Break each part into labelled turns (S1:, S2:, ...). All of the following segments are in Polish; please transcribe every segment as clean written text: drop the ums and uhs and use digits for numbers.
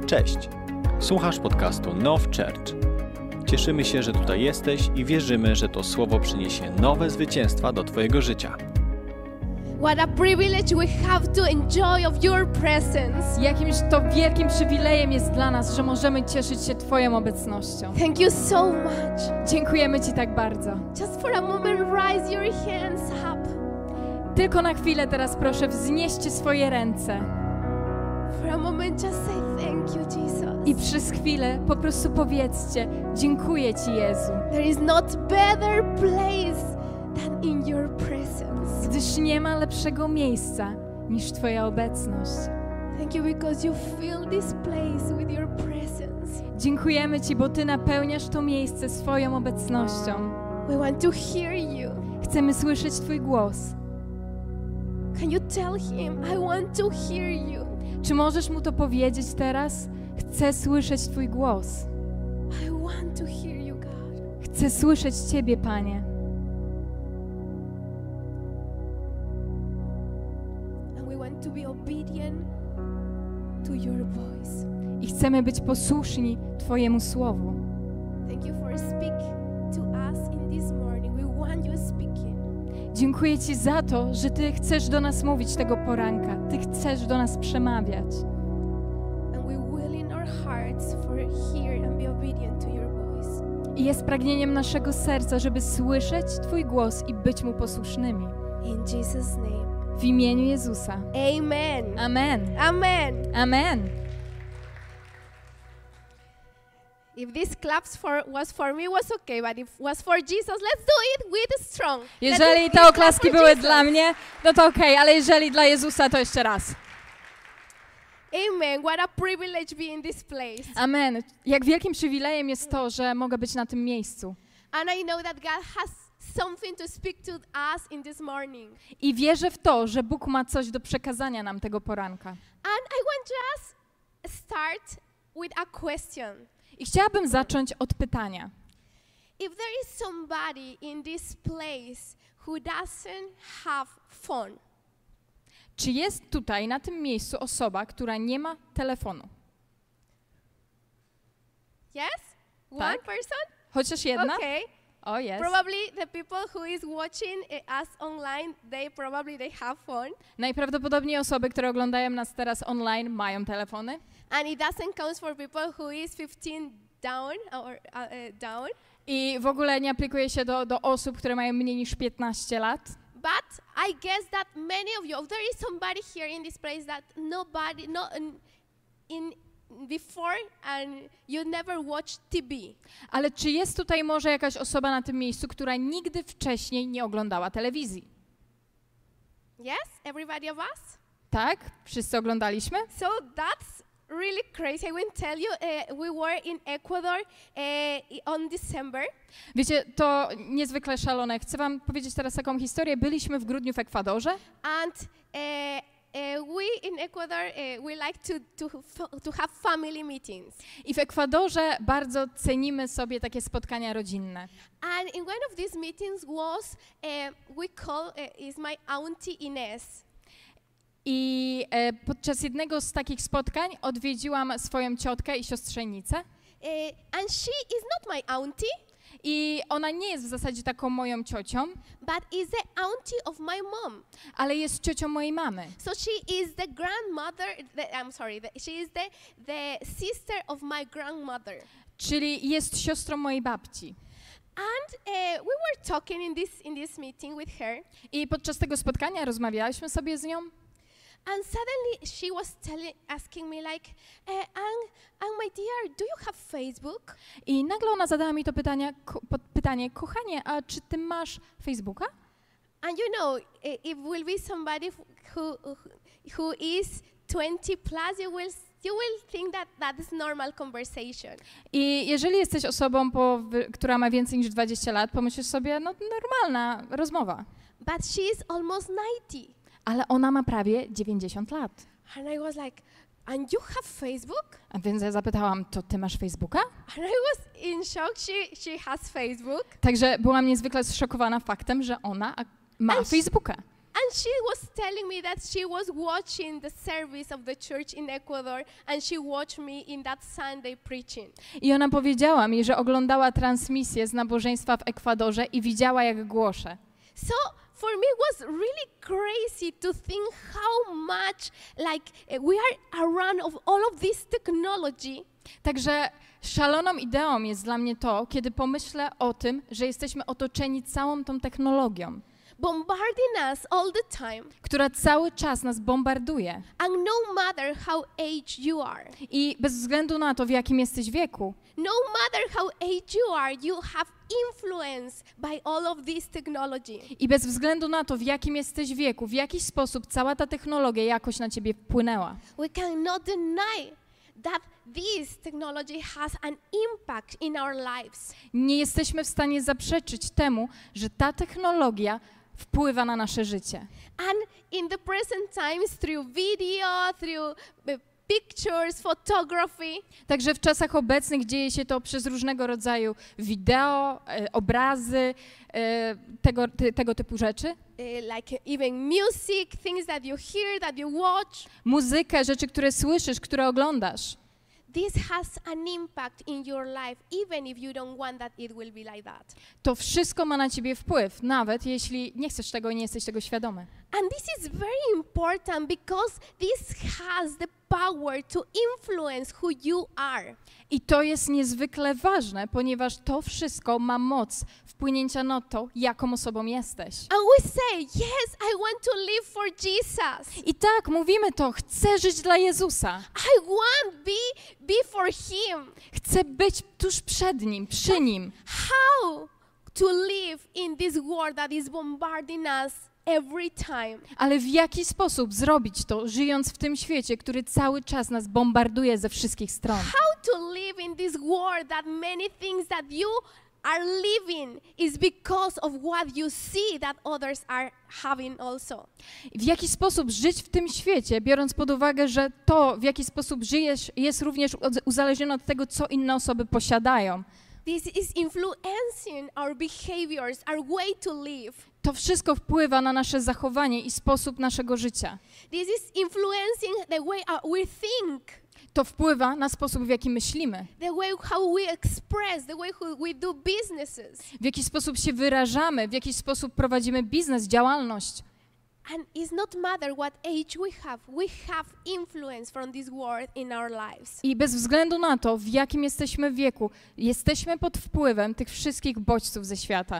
S1: Cześć! Słuchasz podcastu Now Church. Cieszymy się, że tutaj jesteś i wierzymy, że to słowo przyniesie nowe zwycięstwa do Twojego życia.
S2: What a privilege we have to enjoy of your presence.
S3: Jakimś to wielkim przywilejem jest dla nas, że możemy cieszyć się Twoją obecnością.
S2: Thank you so much.
S3: Dziękujemy Ci tak bardzo.
S2: Just for a moment, raise your hands up.
S3: Tylko na chwilę teraz proszę, wznieście swoje ręce.
S2: For a moment, just say thank you, Jesus.
S3: I przez chwilę po prostu powiedzcie, dziękuję Ci, Jezu.
S2: There is not better place than in your presence.
S3: Gdyż nie ma lepszego miejsca niż Twoja obecność.
S2: Thank you because you fill this place with your presence.
S3: Dziękujemy Ci, bo Ty napełniasz to miejsce swoją obecnością.
S2: We want to hear you.
S3: Chcemy słyszeć Twój głos.
S2: Can you tell him, I want to hear you?
S3: Czy możesz Mu to powiedzieć teraz? Chcę słyszeć Twój głos.
S2: I want to hear you, God.
S3: Chcę słyszeć Ciebie, Panie.
S2: And we want to be obedient to your voice.
S3: I chcemy być posłuszni Twojemu słowu.
S2: Thank you for speaking to us in this morning. We want you speaking.
S3: Dziękuję Ci za to, że Ty chcesz do nas mówić tego poranka. Ty chcesz do nas przemawiać.
S2: And we will in our hearts for hear and be obedient to your voice.
S3: I jest pragnieniem naszego serca, żeby słyszeć Twój głos i być Mu posłusznymi.
S2: In Jesus' name.
S3: W imieniu Jezusa.
S2: Amen.
S3: Amen.
S2: Amen.
S3: Amen.
S2: If this claps was for me, was okay, but if was for Jesus, let's do it with strong.
S3: Jeżeli te oklaski były dla mnie, no to okej, ale jeżeli dla Jezusa, to jeszcze raz.
S2: Amen. What a privilege be in this place.
S3: Amen. Jak wielkim przywilejem jest to, że mogę być na tym miejscu.
S2: And I know that God has something to speak to us in this morning.
S3: I wierzę w to, że Bóg ma coś do przekazania nam tego poranka.
S2: And I want just start with a question.
S3: I chciałabym zacząć od pytania.
S2: If there is somebody in this place who doesn't have phone,
S3: Czy jest tutaj na tym miejscu osoba, która nie ma telefonu?
S2: yes? One
S3: Tak.
S2: person?
S3: Chociaż jedna?
S2: Okay.
S3: O, jest.
S2: Probably the people who is watching us online, they have phone.
S3: Najprawdopodobniej osoby, które oglądają nas teraz online, mają telefony.
S2: And it doesn't count for people who is 15 down or down.
S3: I w ogóle nie aplikuje się do osób, które mają mniej niż 15 lat.
S2: But I guess that many of you, there is somebody here in this place that nobody, no, in before and you never watched TV.
S3: Ale czy jest tutaj może jakaś osoba na tym miejscu, która nigdy wcześniej nie oglądała telewizji?
S2: Yes, everybody of us?
S3: Tak? Wszyscy oglądaliśmy?
S2: So that's really crazy. I will tell you, we were in Ecuador on December.
S3: Wiecie, to niezwykle szalone. Chcę wam powiedzieć teraz taką historię. Byliśmy w grudniu w Ekwadorze
S2: And we in Ecuador, we like to have family meetings.
S3: i w Ekwadorze bardzo cenimy sobie takie spotkania rodzinne.
S2: And in one of these meetings was, we call, is my auntie Ines.
S3: I podczas jednego z takich spotkań odwiedziłam swoją ciotkę i siostrzenicę.
S2: And she is not my auntie,
S3: I ona nie jest w zasadzie taką moją ciocią,
S2: but is the auntie of my mom.
S3: ale jest ciocią mojej mamy.
S2: So she is the grandmother, she is the sister of my grandmother.
S3: Czyli jest siostrą mojej babci.
S2: And we were talking in this meeting with her.
S3: I podczas tego spotkania rozmawialiśmy sobie z nią.
S2: And suddenly she was asking me like, and my dear, do you have Facebook?
S3: I nagle ona zadała mi to pytanie, kochanie, a czy ty masz Facebooka?
S2: And you know, if will be somebody who is 20 plus, you will think that is normal conversation.
S3: I jeżeli jesteś osobą, która ma więcej niż 20 lat, pomyślisz sobie, no normalna rozmowa.
S2: But she is almost 90.
S3: Ale ona ma prawie 90 lat.
S2: And I was like, and you have Facebook?
S3: A więc ja zapytałam, to ty masz Facebooka?
S2: And I was in shock, she has Facebook.
S3: Także byłam niezwykle zszokowana faktem, że ona ma Facebooka.
S2: And she was telling me that she was watching the service of the church in Ecuador, and she watched me in that Sunday preaching.
S3: I ona powiedziała mi, że oglądała transmisję z nabożeństwa w Ekwadorze i widziała, jak głoszę.
S2: So for me it was really crazy to think how much we are around of all of this technology.
S3: Także szaloną ideą jest dla mnie to, kiedy pomyślę o tym, że jesteśmy otoczeni całą tą technologią,
S2: Bombarding us all the time,
S3: która cały czas nas bombarduje.
S2: and no matter how aged you are,
S3: I bez względu na to, w jakim jesteś wieku,
S2: no matter how aged you are, you have influence by all of this technology.
S3: i bez względu na to, w jakim jesteś wieku, w jakiś sposób cała ta technologia jakoś na ciebie wpłynęła.
S2: We cannot deny that this technology has an impact in our lives.
S3: Nie jesteśmy w stanie zaprzeczyć temu, że ta technologia wpływa na nasze życie.
S2: And in the present times, through video, through pictures, photography,
S3: Także w czasach obecnych dzieje się to przez różnego rodzaju wideo, obrazy, tego typu rzeczy.
S2: like even music, things that you hear, that you watch.
S3: Muzykę, rzeczy, które słyszysz, które oglądasz.
S2: This has an impact in your life, even if you don't want that it will be like that.
S3: To wszystko ma na ciebie wpływ, nawet jeśli nie chcesz tego i nie jesteś tego świadomy.
S2: And this is very important because this has the power to influence who you are.
S3: I to jest niezwykle ważne, ponieważ to wszystko ma moc wpłynięcia na to, jaką osobą jesteś.
S2: And we say, yes, I want to live for Jesus.
S3: I tak, mówimy to, chcę żyć dla Jezusa.
S2: I want be for Him.
S3: Chcę być tuż przed Nim, przy Nim.
S2: How to live in this world that is bombarding us every time?
S3: Ale w jaki sposób zrobić to, żyjąc w tym świecie, który cały czas nas bombarduje ze wszystkich stron?
S2: How to live in this world that many things that you are living is because of what you see that others are having also.
S3: W jaki sposób żyć w tym świecie, biorąc pod uwagę, że to, w jaki sposób żyjesz, jest również uzależnione od tego, co inne osoby posiadają.
S2: This is influencing our behaviors, our way to live.
S3: To wszystko wpływa na nasze zachowanie i sposób naszego życia.
S2: This is influencing the way we think,
S3: To wpływa na sposób, w jaki myślimy,
S2: the way how we express, the way how we do businesses.
S3: w jaki sposób się wyrażamy, w jaki sposób prowadzimy biznes, działalność.
S2: And it's not matter what age we have influence from this world in our lives.
S3: I bez względu na to, w jakim jesteśmy wieku, jesteśmy pod wpływem tych wszystkich bodźców ze świata.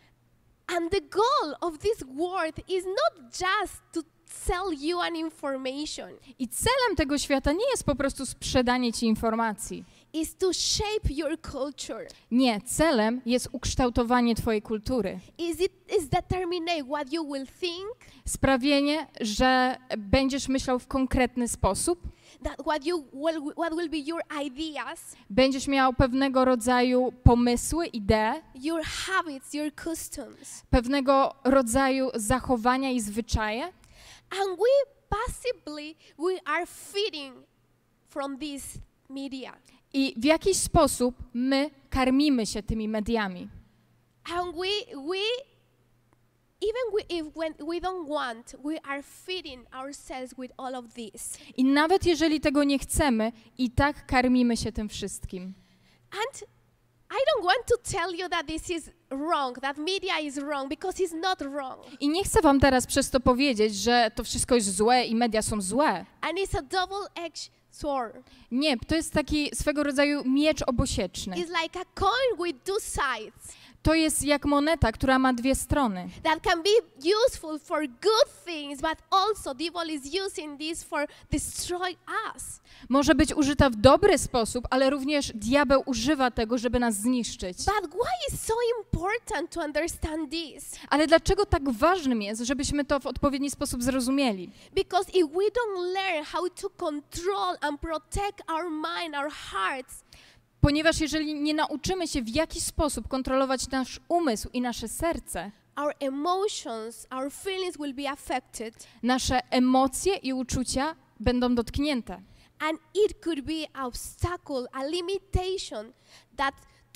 S2: And the goal of this world is not just to sell you an information.
S3: I celem tego świata nie jest po prostu sprzedanie ci informacji.
S2: Is to shape your culture.
S3: Nie, celem jest ukształtowanie twojej kultury.
S2: Is determine what you will think,
S3: Sprawienie, że będziesz myślał w konkretny sposób,
S2: that what will be your ideas,
S3: będziesz miał pewnego rodzaju pomysły, idee,
S2: your habits, your customs.
S3: pewnego rodzaju zachowania i zwyczaje.
S2: And we are feeding from this media.
S3: I w jakiś sposób my karmimy się tymi mediami.
S2: And when we don't want, we are feeding ourselves with all of this.
S3: I nawet jeżeli tego nie chcemy, i tak karmimy się tym wszystkim.
S2: And I don't want to tell you that this is wrong, that media is wrong, because it's not wrong.
S3: I nie chcę wam teraz przez to powiedzieć, że to wszystko jest złe i media są złe.
S2: And it's a double-edged sword.
S3: Nie, to jest taki swego rodzaju miecz obosieczny.
S2: It's like a coin with two sides.
S3: To jest jak moneta, która ma dwie strony.
S2: That can be useful for good things, but also devil is using this for destroy us.
S3: Może być użyta w dobry sposób, ale również diabeł używa tego, żeby nas zniszczyć.
S2: But why is so important to understand this?
S3: Ale dlaczego tak ważnym jest, żebyśmy to w odpowiedni sposób zrozumieli?
S2: Because if we don't learn how to control and protect our mind, our hearts,
S3: Ponieważ jeżeli nie nauczymy się, w jaki sposób kontrolować nasz umysł i nasze serce,
S2: our emotions, our feelings will be affected.
S3: nasze emocje i uczucia będą dotknięte.
S2: And it could be an obstacle, a limitation that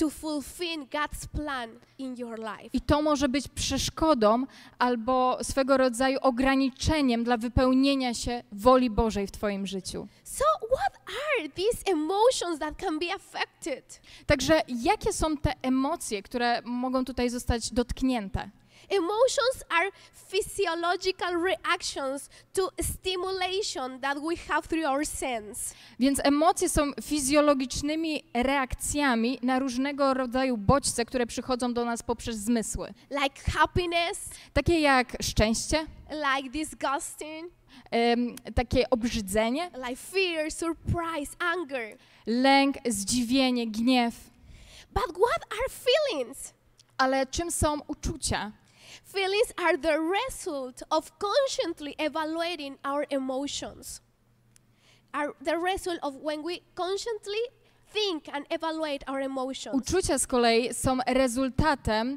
S2: to fulfill God's plan in your life.
S3: I to może być przeszkodą albo swego rodzaju ograniczeniem dla wypełnienia się woli Bożej w twoim życiu.
S2: So what are these emotions that can be affected?
S3: Także jakie są te emocje, które mogą tutaj zostać dotknięte?
S2: Emotions are physiological reactions to stimulation that we have through our sense.
S3: Więc emocje są fizjologicznymi reakcjami na różnego rodzaju bodźce, które przychodzą do nas poprzez zmysły.
S2: Like happiness,
S3: Takie jak szczęście,
S2: like disgusting,
S3: takie obrzydzenie,
S2: like fear, surprise, anger.
S3: lęk, zdziwienie, gniew.
S2: But what are feelings?
S3: Ale czym są uczucia?
S2: Feelings are the result of consciously evaluating our emotions. Are the result of when we consciously think and evaluate our emotions.
S3: Uczucia z kolei są rezultatem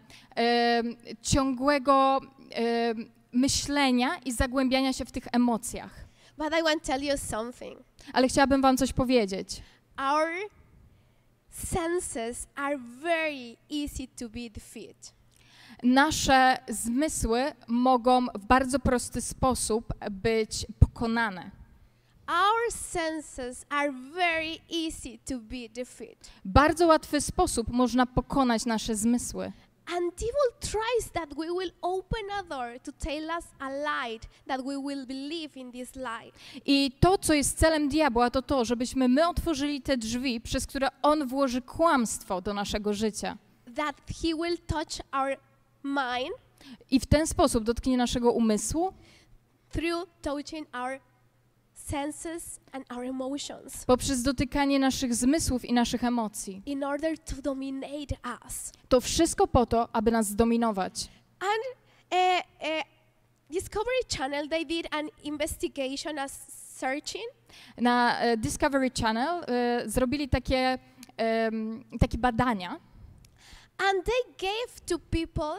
S3: ciągłego myślenia i zagłębiania się w tych emocjach.
S2: But I want to tell you something.
S3: Ale chciałabym wam coś powiedzieć.
S2: Our senses are very easy to be defeated.
S3: Nasze zmysły mogą w bardzo prosty sposób być pokonane.
S2: Our senses are very easy to be defeated.
S3: W bardzo łatwy sposób można pokonać nasze zmysły.
S2: And devil tries that we will open a door to tell us a light, that we will believe in this light.
S3: I to, co jest celem diabła, to to, żebyśmy my otworzyli te drzwi, przez które on włoży kłamstwo do naszego życia.
S2: That he will touch our mind
S3: I w ten sposób dotknie naszego umysłu,
S2: through touching our senses and our emotions
S3: poprzez dotykanie naszych zmysłów i naszych emocji.
S2: in order to dominate us.
S3: To wszystko po to, aby nas zdominować.
S2: And Discovery Channel, they did an investigation, a searching,
S3: Na Discovery Channel zrobili takie badania
S2: and they gave to people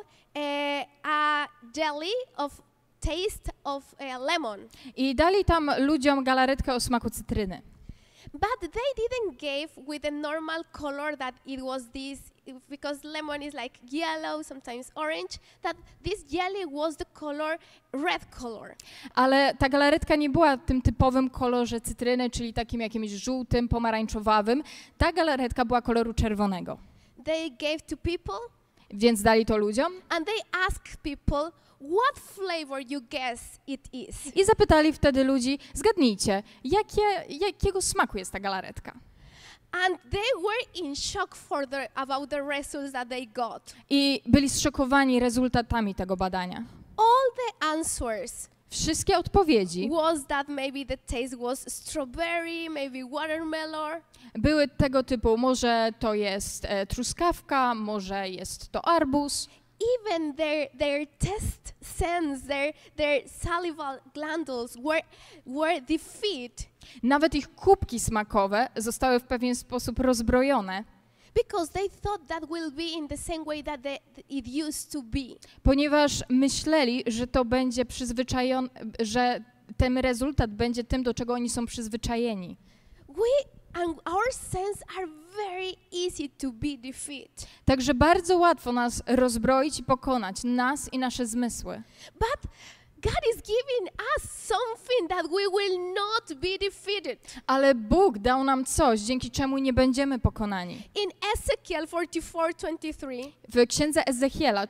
S2: a jelly of taste of lemon.
S3: i dali tam ludziom galaretkę o smaku cytryny.
S2: But they didn't give with a normal color that it was this, because lemon is like yellow, sometimes orange, that this jelly was the color, red color.
S3: Ale ta galaretka nie była tym typowym kolorze cytryny, czyli takim jakimś żółtym, pomarańczowawym. Ta galaretka była koloru czerwonego.
S2: They gave to people,
S3: Więc dali to ludziom
S2: and they asked people, what flavor you guess it is?
S3: i zapytali wtedy ludzi, zgadnijcie, jakiego smaku jest ta galaretka.
S2: And they were in shock about the results that they got.
S3: I byli zszokowani rezultatami tego badania.
S2: All the answers
S3: Wszystkie odpowiedzi
S2: was that maybe the taste was strawberry, maybe watermelon.
S3: były tego typu, może to jest truskawka, może jest to arbuz.
S2: Even their test sense, their salival glandules were defeated
S3: Nawet ich kubki smakowe zostały w pewien sposób rozbrojone,
S2: because they thought that will be in the same way that it used to be.
S3: ponieważ myśleli, że to będzie przyzwyczajone, że ten rezultat będzie tym, do czego oni są przyzwyczajeni.
S2: And our senses are very easy to be defeated.
S3: Także bardzo łatwo nas rozbroić i pokonać, nas i nasze zmysły.
S2: But God is giving us something that we will not be defeated.
S3: Ale Bóg dał nam coś, dzięki czemu nie będziemy pokonani.
S2: In Ezekiel 44:23,
S3: W księdze Ezechiela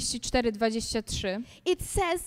S3: 44:23
S2: it says,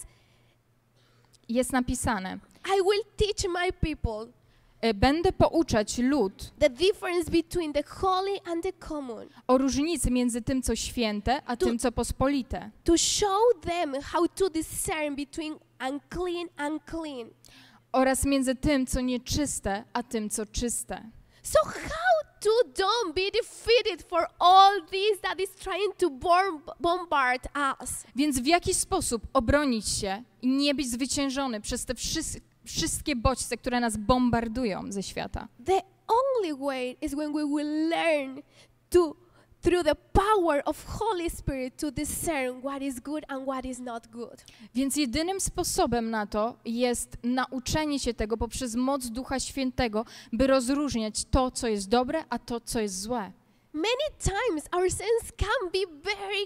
S3: jest napisane:
S2: I will teach my people
S3: będę pouczać lud
S2: the difference between the holy and the common,
S3: o różnicy między tym, co święte, a tym, co pospolite,
S2: to show them how to discern between unclean and clean.
S3: oraz między tym, co nieczyste, a tym, co czyste.
S2: So how to don't be defeated for all this that is trying to bombard us?
S3: Więc w jaki sposób obronić się i nie być zwyciężony przez te wszystkie bodźce, które nas bombardują ze świata?
S2: The only way is when we will learn to, through the power of Holy Spirit, to discern what is good and what is not good.
S3: Więc jedynym sposobem na to jest nauczenie się tego poprzez moc Ducha Świętego, by rozróżniać to, co jest dobre, a to, co jest złe.
S2: Many times our sense can be very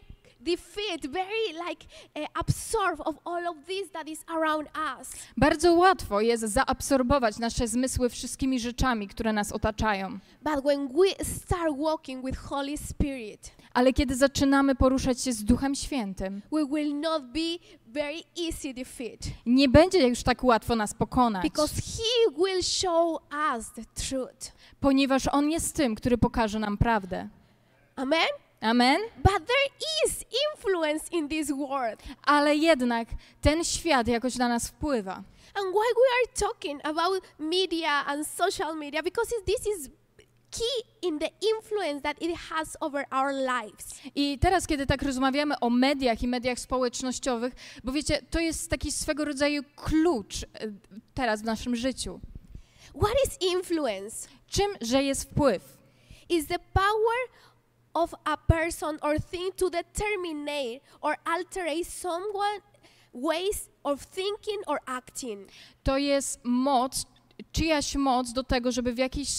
S2: absorbed of all of this that is around us.
S3: Bardzo łatwo jest zaabsorbować nasze zmysły wszystkimi rzeczami, które nas otaczają.
S2: But when we start walking with Holy Spirit,
S3: Ale kiedy zaczynamy poruszać się z Duchem Świętym,
S2: we will not be very easy defeat.
S3: nie będzie już tak łatwo nas pokonać,
S2: Because He will show us the truth.
S3: ponieważ On jest tym, który pokaże nam prawdę.
S2: Amen?
S3: Amen?
S2: But there is influence in this world.
S3: Ale jednak ten świat jakoś na nas wpływa.
S2: And why we are talking about media and social media? Because this is key in the influence that it has over our lives.
S3: I teraz, kiedy tak rozmawiamy o mediach i mediach społecznościowych, bo wiecie, to jest taki swego rodzaju klucz teraz w naszym życiu.
S2: What is influence?
S3: Czymże jest wpływ?
S2: Is the power of a person or thing to determine or alter someone ways of thinking or acting.
S3: To jest moc, czyjaś moc do tego, żeby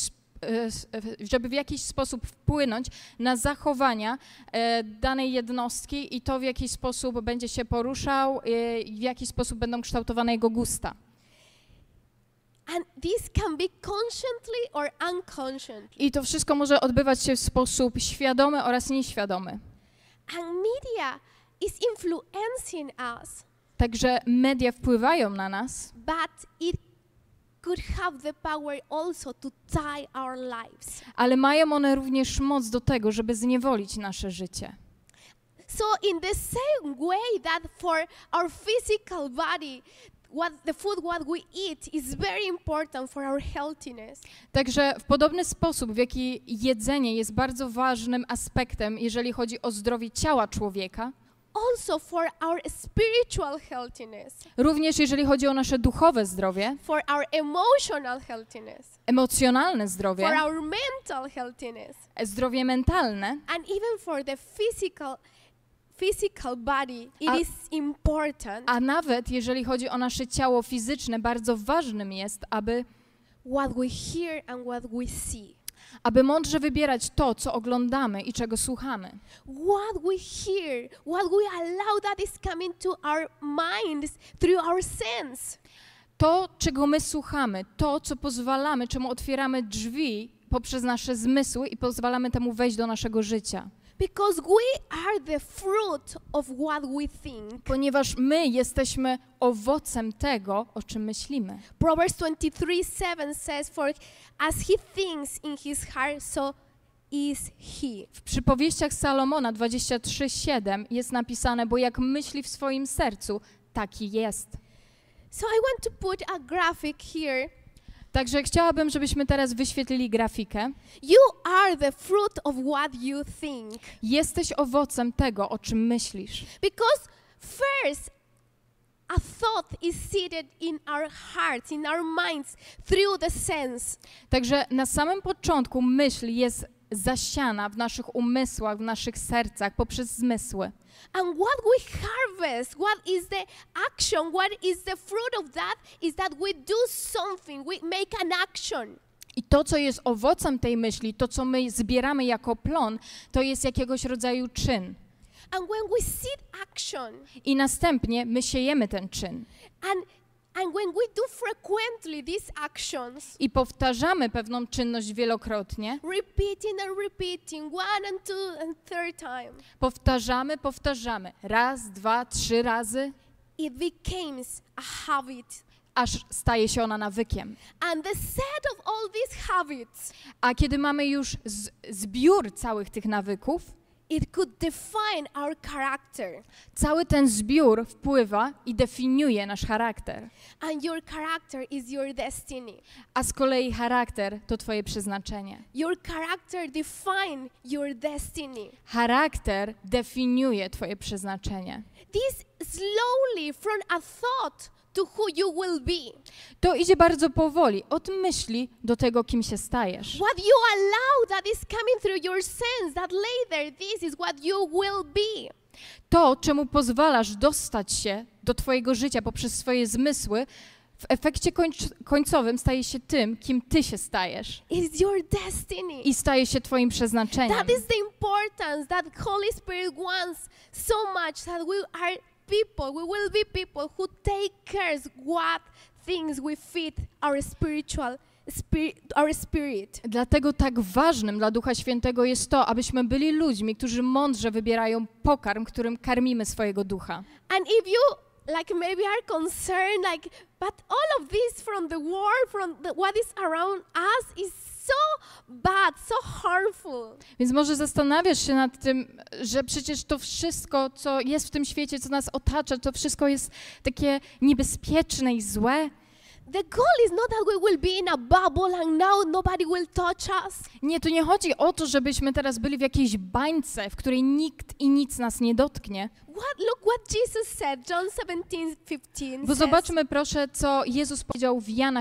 S3: w jakiś sposób wpłynąć na zachowania danej jednostki i to, w jaki sposób będzie się poruszał, w jaki sposób będą kształtowane jego gusta.
S2: And this can be consciously or unconsciously.
S3: I to wszystko może odbywać się w sposób świadomy oraz nieświadomy.
S2: And media is influencing us.
S3: Także media wpływają na nas,
S2: But it could have the power also to tie our lives.
S3: ale mają one również moc do tego, żeby zniewolić nasze życie.
S2: So in the same way that for our physical body, the food what we eat is very important for our healthiness.
S3: Także w podobny sposób, w jaki jedzenie jest bardzo ważnym aspektem, jeżeli chodzi o zdrowie ciała człowieka,
S2: Also for our spiritual healthiness,
S3: również jeżeli chodzi o nasze duchowe zdrowie,
S2: for our emotional healthiness,
S3: emocjonalne
S2: for
S3: zdrowie,
S2: our mental healthiness,
S3: zdrowie mentalne,
S2: and even for the physical body, it
S3: A-
S2: is important
S3: a nawet jeżeli chodzi o nasze ciało fizyczne, bardzo ważnym jest,
S2: what we hear and what we see.
S3: aby mądrze wybierać to, co oglądamy i czego słuchamy.
S2: What we hear, what we allow that is coming to our minds through our sense.
S3: To, czego my słuchamy, to, co pozwalamy, czemu otwieramy drzwi poprzez nasze zmysły i pozwalamy temu wejść do naszego życia.
S2: Because we are the fruit of what we think.
S3: Ponieważ my jesteśmy owocem tego, o czym myślimy.
S2: Proverbs 23:7 says, for as he thinks in his heart, so is he.
S3: W przypowieściach Salomona 23:7 jest napisane, bo jak myśli w swoim sercu, taki jest.
S2: So I want to put a graphic here.
S3: Także chciałabym, żebyśmy teraz wyświetlili grafikę.
S2: You are the fruit of what you think.
S3: Jesteś owocem tego, o czym myślisz.
S2: Because first, a thought is seated in our hearts, in our minds, through the sense.
S3: Także na samym początku myśl jest zasiana w naszych umysłach, w naszych sercach, poprzez zmysły.
S2: And what we harvest, what is the action, what is the fruit of that, is that we do something, we make an action.
S3: I to, co jest owocem tej myśli, to, co my zbieramy jako plon, to jest jakiegoś rodzaju czyn.
S2: And when we seed action,
S3: I następnie my siejemy ten czyn.
S2: and when we do frequently these actions,
S3: I powtarzamy pewną czynność wielokrotnie.
S2: repeating, one and two and third time,
S3: Powtarzamy. Raz, dwa, 3 razy,
S2: it becomes a habit.
S3: aż staje się ona nawykiem.
S2: And the set of all these habits,
S3: A kiedy mamy już zbiór całych tych nawyków,
S2: it could define our character.
S3: cały ten zbiór wpływa i definiuje nasz charakter.
S2: And your character is your destiny.
S3: A z kolei charakter to twoje przeznaczenie.
S2: Your character define your destiny.
S3: Charakter definiuje twoje przeznaczenie.
S2: This slowly from a thought to who you will be.
S3: To idzie bardzo powoli, od myśli do tego, kim się stajesz.
S2: What you allow that is coming through your sense, that later this is what you will be.
S3: To, czemu pozwalasz dostać się do twojego życia poprzez swoje zmysły, w efekcie końcowym staje się tym, kim ty się stajesz
S2: It's your destiny.
S3: i staje się twoim przeznaczeniem.
S2: That is the importance that Holy Spirit wants so much that we are people, we will be people who take care what things we feed our spirit.
S3: Dlatego tak ważnym dla Ducha Świętego jest to, abyśmy byli ludźmi, którzy mądrze wybierają pokarm, którym karmimy swojego ducha.
S2: And if you like maybe are concerned like but all of this from the world, what is around us is so bad, so harmful.
S3: Więc może zastanawiasz się nad tym, że przecież to wszystko, co jest w tym świecie, co nas otacza, to wszystko jest takie niebezpieczne i złe.
S2: The goal is not that we will be in a bubble and now nobody will touch us.
S3: Nie, tu nie chodzi o to, żebyśmy teraz byli w jakiejś bańce, w której nikt i nic nas nie dotknie.
S2: Look what Jesus said, John 17:15.
S3: Bo
S2: says,
S3: zobaczmy proszę, co Jezus powiedział w Jana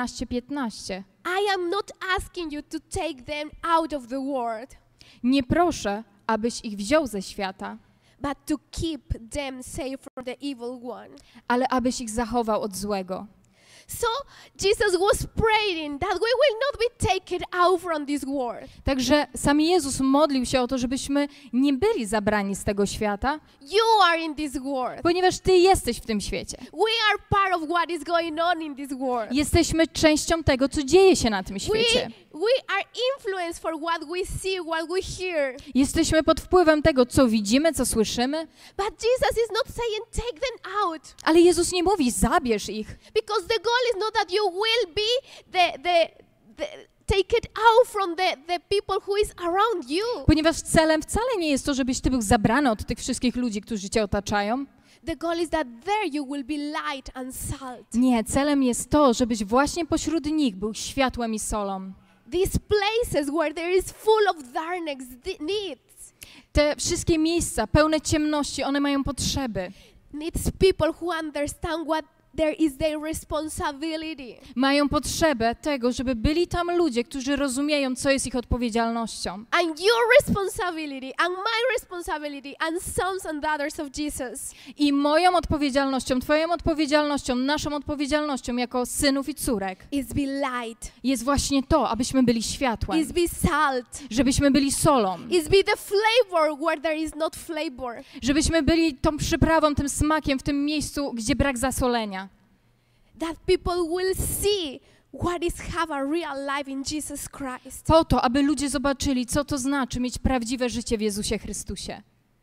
S3: 17:15.
S2: I am not asking you to take them out of the world,
S3: Nie proszę, abyś ich wziął ze świata,
S2: but to keep them safe from the evil one.
S3: ale abyś ich zachował od złego.
S2: So Jesus was praying that we will not be taken out from this world.
S3: Także sam Jezus modlił się o to, żebyśmy nie byli zabrani z tego świata,
S2: You are in this world.
S3: ponieważ Ty jesteś w tym świecie.
S2: We are part of what is going on in this world.
S3: Jesteśmy częścią tego, co dzieje się na tym świecie.
S2: We are influenced for what we see, what we hear.
S3: Jesteśmy pod wpływem tego, co widzimy, co słyszymy,
S2: But Jesus is not saying take them out.
S3: ale Jezus nie mówi zabierz ich,
S2: Because the goal is not that you will be take it out from the people who is around you.
S3: ponieważ celem wcale nie jest to, żebyś Ty był zabrany od tych wszystkich ludzi, którzy Cię otaczają.
S2: The goal is that there you will be light and salt.
S3: Nie, celem jest to, żebyś właśnie pośród nich był światłem i solą.
S2: These places where there is full of darkness needs
S3: Te wszystkie miejsca pełne ciemności, one mają potrzeby.
S2: people who understand what there is their responsibility.
S3: Mają potrzebę tego, żeby byli tam ludzie, którzy rozumieją, co jest ich odpowiedzialnością.
S2: And your responsibility and my responsibility and sons and daughters of Jesus
S3: I moją odpowiedzialnością, Twoją odpowiedzialnością, naszą odpowiedzialnością jako synów i córek
S2: is be light,
S3: jest właśnie to, abyśmy byli
S2: is
S3: światłem,
S2: be salt,
S3: żebyśmy byli solą,
S2: is be the flavor where there is not flavor.
S3: żebyśmy byli tą przyprawą, tym smakiem w tym miejscu, gdzie brak zasolenia.
S2: That people will see what is have a real life in Jesus Christ.
S3: Po to, aby ludzie zobaczyli, co to znaczy mieć prawdziwe życie w Jezusie Chrystusie.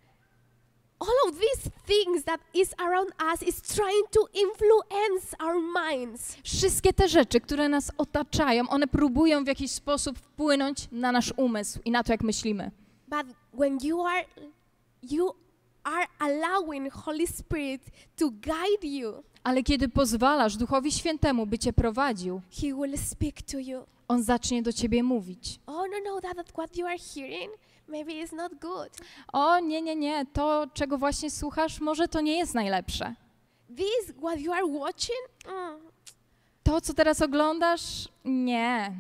S2: All of these things that is around us is trying to influence our minds.
S3: Wszystkie te rzeczy, które nas otaczają, one próbują w jakiś sposób wpłynąć na nasz umysł i na to, jak myślimy.
S2: But when you are allowing Holy Spirit to guide you,
S3: Ale kiedy pozwalasz Duchowi Świętemu, by Cię prowadził,
S2: He will speak to you.
S3: On zacznie do Ciebie mówić.
S2: Oh, no, that what you are hearing, maybe it's not good.
S3: O, nie, to, czego właśnie słuchasz, może to nie jest najlepsze.
S2: This, what you are watching,
S3: To, co teraz oglądasz, nie.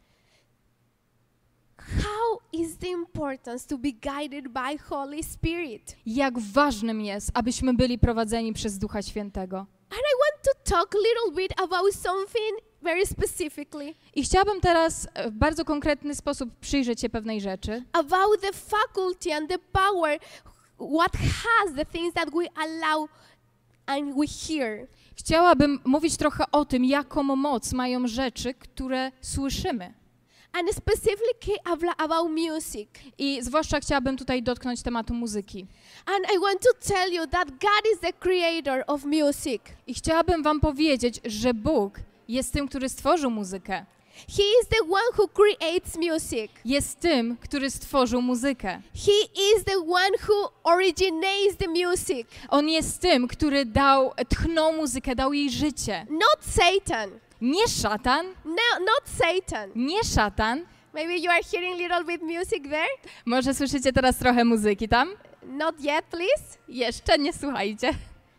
S2: how is the importance to be guided by Holy Spirit?
S3: Jak ważnym jest, abyśmy byli prowadzeni przez Ducha Świętego.
S2: And I want to talk a little bit about something very specifically.
S3: I chciałabym teraz w bardzo konkretny sposób przyjrzeć się pewnej rzeczy.
S2: About the faculty and the power, what has the things that we allow and we hear.
S3: Chciałabym mówić trochę o tym, jaką moc mają rzeczy, które słyszymy.
S2: And specifically about music.
S3: I zwłaszcza chciałabym tutaj dotknąć tematu muzyki.
S2: And I want to tell you that God is the creator of music.
S3: I chciałabym wam powiedzieć, że Bóg jest tym, który stworzył muzykę.
S2: He is the one who creates music.
S3: Jest tym, który stworzył muzykę.
S2: He is the one who originates the music.
S3: On jest tym, który tchnął muzykę, dał jej życie.
S2: Not Satan.
S3: Nie szatan,
S2: No, not Satan.
S3: nie szatan.
S2: Maybe you are hearing little bit music there.
S3: Może słyszycie teraz trochę muzyki tam?
S2: Not yet, please.
S3: Jeszcze nie słuchajcie.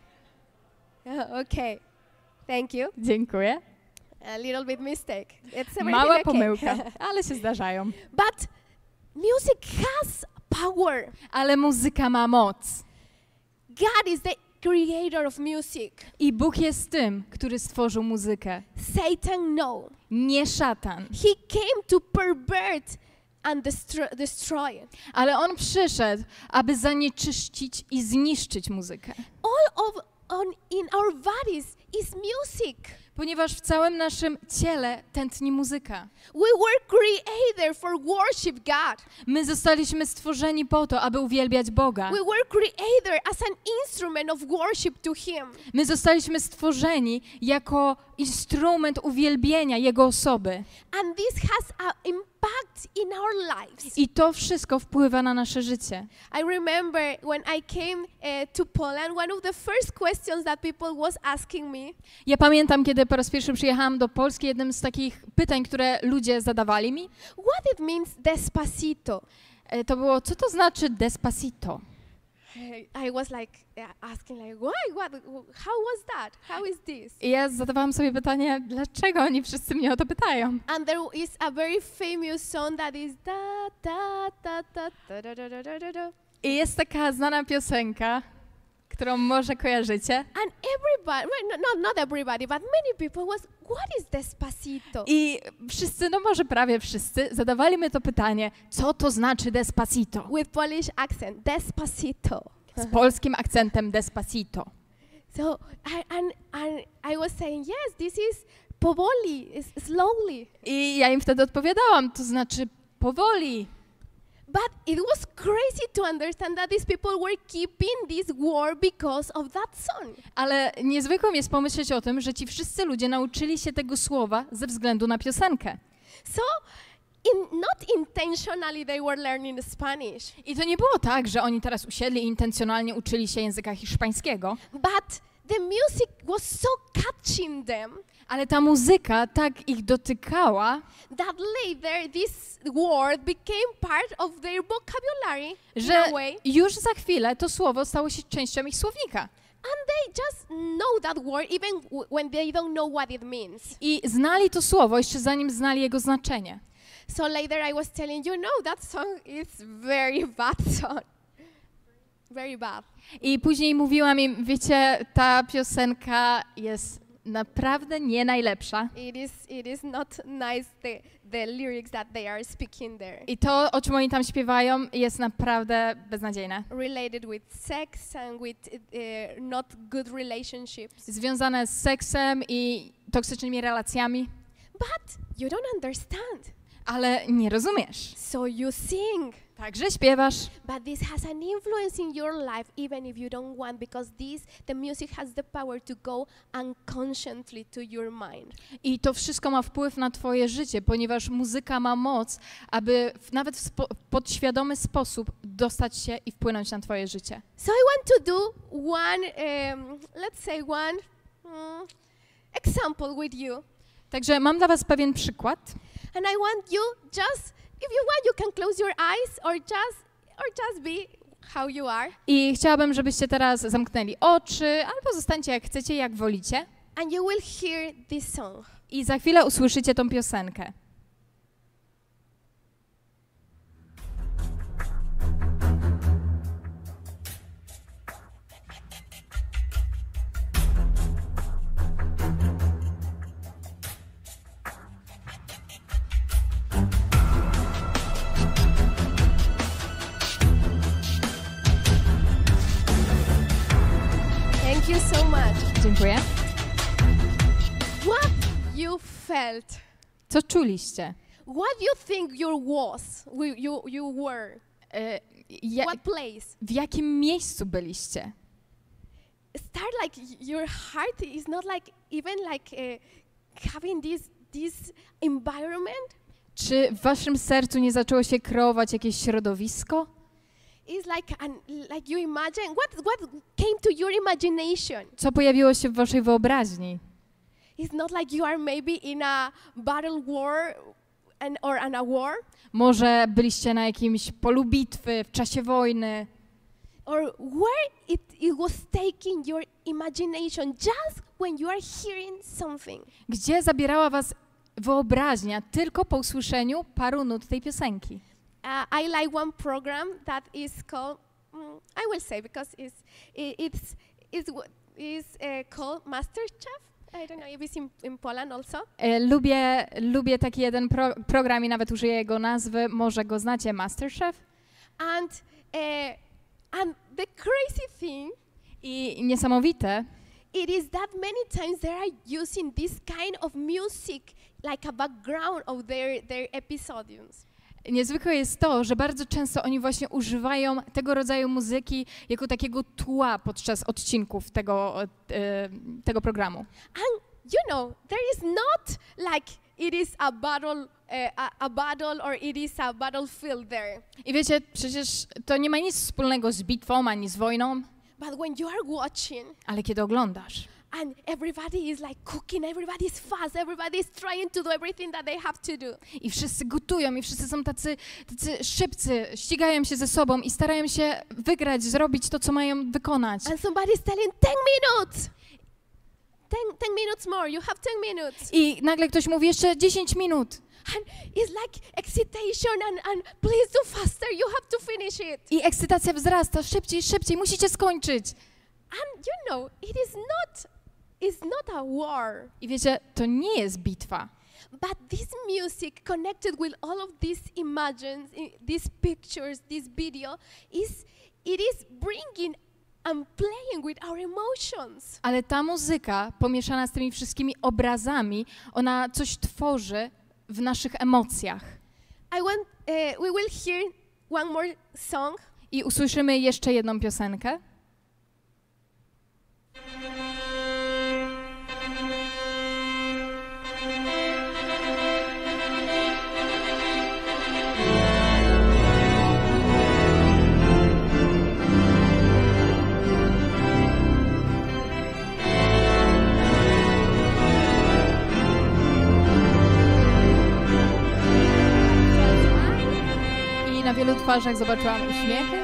S2: Okay. Thank you.
S3: Dziękuję.
S2: A little bit mistake. It's everything
S3: Mała
S2: okay.
S3: pomyłka, ale się zdarzają.
S2: But music has power.
S3: Ale muzyka ma moc.
S2: God is the creator of music.
S3: I Bóg jest tym, który stworzył muzykę.
S2: Satan, no.
S3: Nie szatan.
S2: He came to pervert and destroy.
S3: Ale on przyszedł, aby zanieczyścić i zniszczyć muzykę.
S2: In our bodies is music.
S3: Ponieważ w całym naszym ciele tętni muzyka.
S2: We were created for worship God.
S3: My zostaliśmy stworzeni po to, aby uwielbiać Boga.
S2: We were created as an instrument of worship to Him.
S3: My zostaliśmy stworzeni jako instrument uwielbienia Jego osoby.
S2: And this has an impact in our lives.
S3: I to wszystko wpływa na nasze życie.
S2: I remember when I came to Poland, one of the first questions that people was asking me.
S3: Ja pamiętam, kiedy po raz pierwszy przyjechałam do Polski, jednym z takich pytań, które ludzie zadawali mi,
S2: What it means despacito?
S3: to było, co to znaczy despacito?
S2: I was like asking like, why? What? How was that? How is this?
S3: I ja zadawałam sobie pytanie, dlaczego oni wszyscy mnie o to pytają?
S2: And there is a very famous song that is da da da da da da da da da da.
S3: I jest taka znana piosenka, którą może kojarzycie.
S2: And everybody, well, not everybody, but many people was, what is despacito?
S3: I wszyscy, no może prawie wszyscy, zadawali mi to pytanie, co to znaczy despacito?
S2: With Polish accent, despacito.
S3: Z polskim akcentem despacito.
S2: So I was saying, yes, this is powoli, it's slowly.
S3: I ja im wtedy odpowiadałam, to znaczy powoli.
S2: But it was crazy to understand that these people were keeping this word because of that song.
S3: Ale niezwykłą jest pomyśleć o tym, że ci wszyscy ludzie nauczyli się tego słowa ze względu na piosenkę.
S2: So, not intentionally they were learning Spanish,
S3: I to nie było tak, że oni teraz usiedli i intencjonalnie uczyli się języka hiszpańskiego,
S2: but the music was so catching them
S3: ale ta muzyka tak ich dotykała,
S2: that later this word became part of their vocabulary in
S3: że
S2: a way,
S3: już za chwilę to słowo stało się częścią ich słownika.
S2: and they just know that word even when they don't know what it means.
S3: I znali to słowo jeszcze zanim znali jego znaczenie.
S2: So later I was telling you, no, that song is very bad song. Very bad.
S3: I później mówiłam im, wiecie, ta piosenka jest naprawdę nie najlepsza.
S2: It is not nice, the lyrics that they are speaking there.
S3: I to, o czym oni tam śpiewają, jest naprawdę beznadziejne.
S2: Related with sex and with not good relationships.
S3: Związane z seksem i toksycznymi relacjami,
S2: But you don't understand.
S3: ale nie rozumiesz.
S2: So you sing.
S3: Także śpiewasz.
S2: But this has an influence in your life even if you don't want, because the music has the power to go unconsciously to your mind.
S3: I to wszystko ma wpływ na twoje życie, ponieważ muzyka ma moc, aby nawet w podświadomy sposób dostać się i wpłynąć na twoje życie.
S2: So I want to do one, let's say one example with you.
S3: Także mam dla was pewien przykład.
S2: And I want you just, if you want, you can close your eyes or just be how you are.
S3: I chciałabym, żebyście teraz zamknęli oczy, albo zostańcie jak chcecie, jak wolicie.
S2: And you will hear this song.
S3: I za chwilę usłyszycie tą piosenkę.
S2: Thank you so much.
S3: Dziękuję.
S2: What you felt?
S3: Co czuliście?
S2: What you think you were? What place?
S3: W jakim miejscu byliście?
S2: Start like your heart is not like even like having this environment.
S3: Czy w waszym sercu nie zaczęło się kreować jakieś środowisko?
S2: It's like you imagine what came to your imagination.
S3: Co pojawiło się w waszej wyobraźni?
S2: It's not like you are maybe in a battle war or in a war.
S3: Może byliście na jakimś polu bitwy w czasie wojny?
S2: Or where it was taking your imagination just when you are hearing something.
S3: Gdzie zabierała was wyobraźnia tylko po usłyszeniu paru nut tej piosenki?
S2: I like one program that is called, I will say because is called MasterChef. I don't know if it's in Poland also.
S3: Lubię taki jeden program i nawet użyję jego nazwy, może go znacie, MasterChef.
S2: And the crazy thing,
S3: I niesamowite,
S2: it is that many times they are using this kind of music like a background of their episodes.
S3: niezwykłe jest to, że bardzo często oni właśnie używają tego rodzaju muzyki jako takiego tła podczas odcinków tego programu.
S2: And you know, there is not like it is a battle or it is a battlefield there.
S3: I wiecie, przecież to nie ma nic wspólnego z bitwą ani z wojną,
S2: But when you are watching
S3: ale kiedy oglądasz
S2: and everybody is like cooking, everybody is fast, everybody is trying to do everything that they have to do.
S3: i wszyscy gotują i wszyscy są tacy szybcy, ścigają się ze sobą i starają się wygrać, zrobić to, co mają wykonać.
S2: And somebody is telling 10 minutes. 10 minutes more, you have 10 minutes.
S3: I nagle ktoś mówi jeszcze 10 minut.
S2: And it's like excitation and please do faster, you have to finish it.
S3: I ekscytacja wzrasta, szybciej, musicie skończyć.
S2: And you know, it's not a war.
S3: I wiecie, to nie jest bitwa.
S2: But this music connected with all of these images, these pictures, this video, it is bringing and playing with our emotions.
S3: Ale ta muzyka pomieszana z tymi wszystkimi obrazami, ona coś tworzy w naszych emocjach.
S2: We will hear one more song.
S3: I usłyszymy jeszcze jedną piosenkę. Na wielu twarzach zobaczyłam uśmiechy,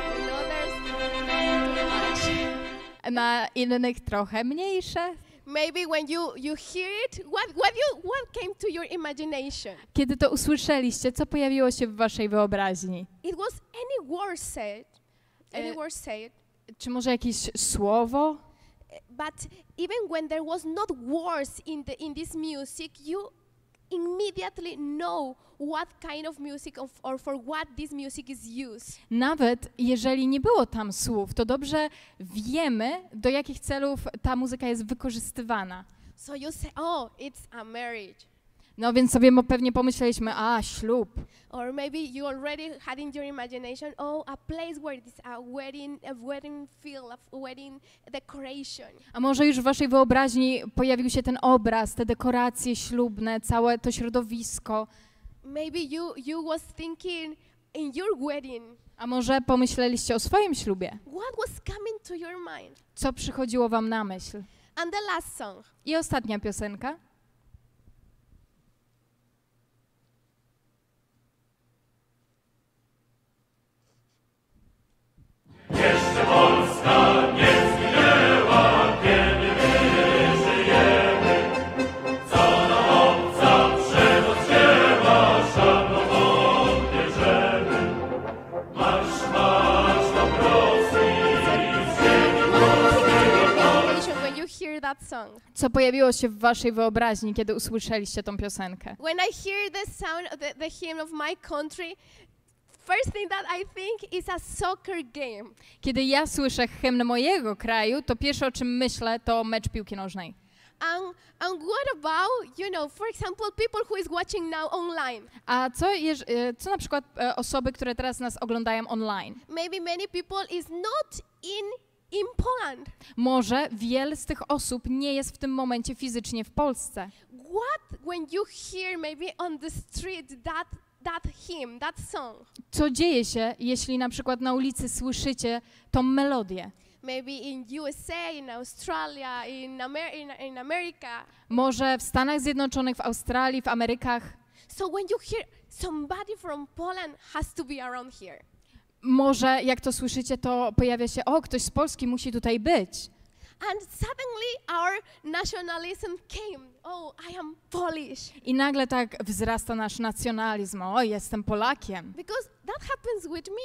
S3: na innych trochę mniejsze.
S2: Maybe when you hear it, what came to your imagination?
S3: Kiedy to usłyszeliście, co pojawiło się w waszej wyobraźni?
S2: It was any word said. Any word said.
S3: Czy może jakieś słowo?
S2: But even when there was not words in this music, you immediately know what kind of music or for what this music is used.
S3: Nawet jeżeli nie było tam słów, to dobrze wiemy, do jakich celów ta muzyka jest wykorzystywana.
S2: So you say, oh, it's a marriage.
S3: No więc sobie pewnie pomyśleliśmy, ślub.
S2: Or maybe you already had in your imagination, a place where it's a wedding field, a wedding decoration.
S3: A może już w waszej wyobraźni pojawił się ten obraz, te dekoracje ślubne, całe to środowisko.
S2: Maybe you was thinking in your wedding.
S3: A może pomyśleliście o swoim ślubie?
S2: What was coming to your mind?
S3: Co przychodziło wam na myśl?
S2: And the last song.
S3: I ostatnia piosenka.
S4: Jeszcze Polska nie zginęła, kiedy my żyjemy. Co nam obca przemoc dzieła, szanował bierzemy. Marsz, marsz na Rosji,
S2: When you hear that song.
S3: Co pojawiło się w waszej wyobraźni, kiedy usłyszeliście tą piosenkę?
S2: When I hear the sound of the hymn of my country, first thing that I think is a soccer game.
S3: Kiedy ja słyszę hymn mojego kraju, to pierwsze, o czym myślę, to mecz piłki nożnej.
S2: And what about, for example, people who is watching now online?
S3: A co na przykład osoby, które teraz nas oglądają online?
S2: Maybe many people is not in Poland.
S3: Może wiele z tych osób nie jest w tym momencie fizycznie w Polsce.
S2: What when you hear maybe on the street that hymn, that song?
S3: Co dzieje się, jeśli na przykład na ulicy słyszycie tą melodię?
S2: Maybe in USA, in Australia, in America.
S3: Może w Stanach Zjednoczonych, w Australii, w Amerykach.
S2: So when you hear somebody from Poland has to be around here.
S3: Może jak to słyszycie, to pojawia się, ktoś z Polski musi tutaj być.
S2: And suddenly our nationalism came. I am Polish.
S3: I nagle tak wzrasta nasz nacjonalizm. Jestem Polakiem.
S2: Because that happens with me.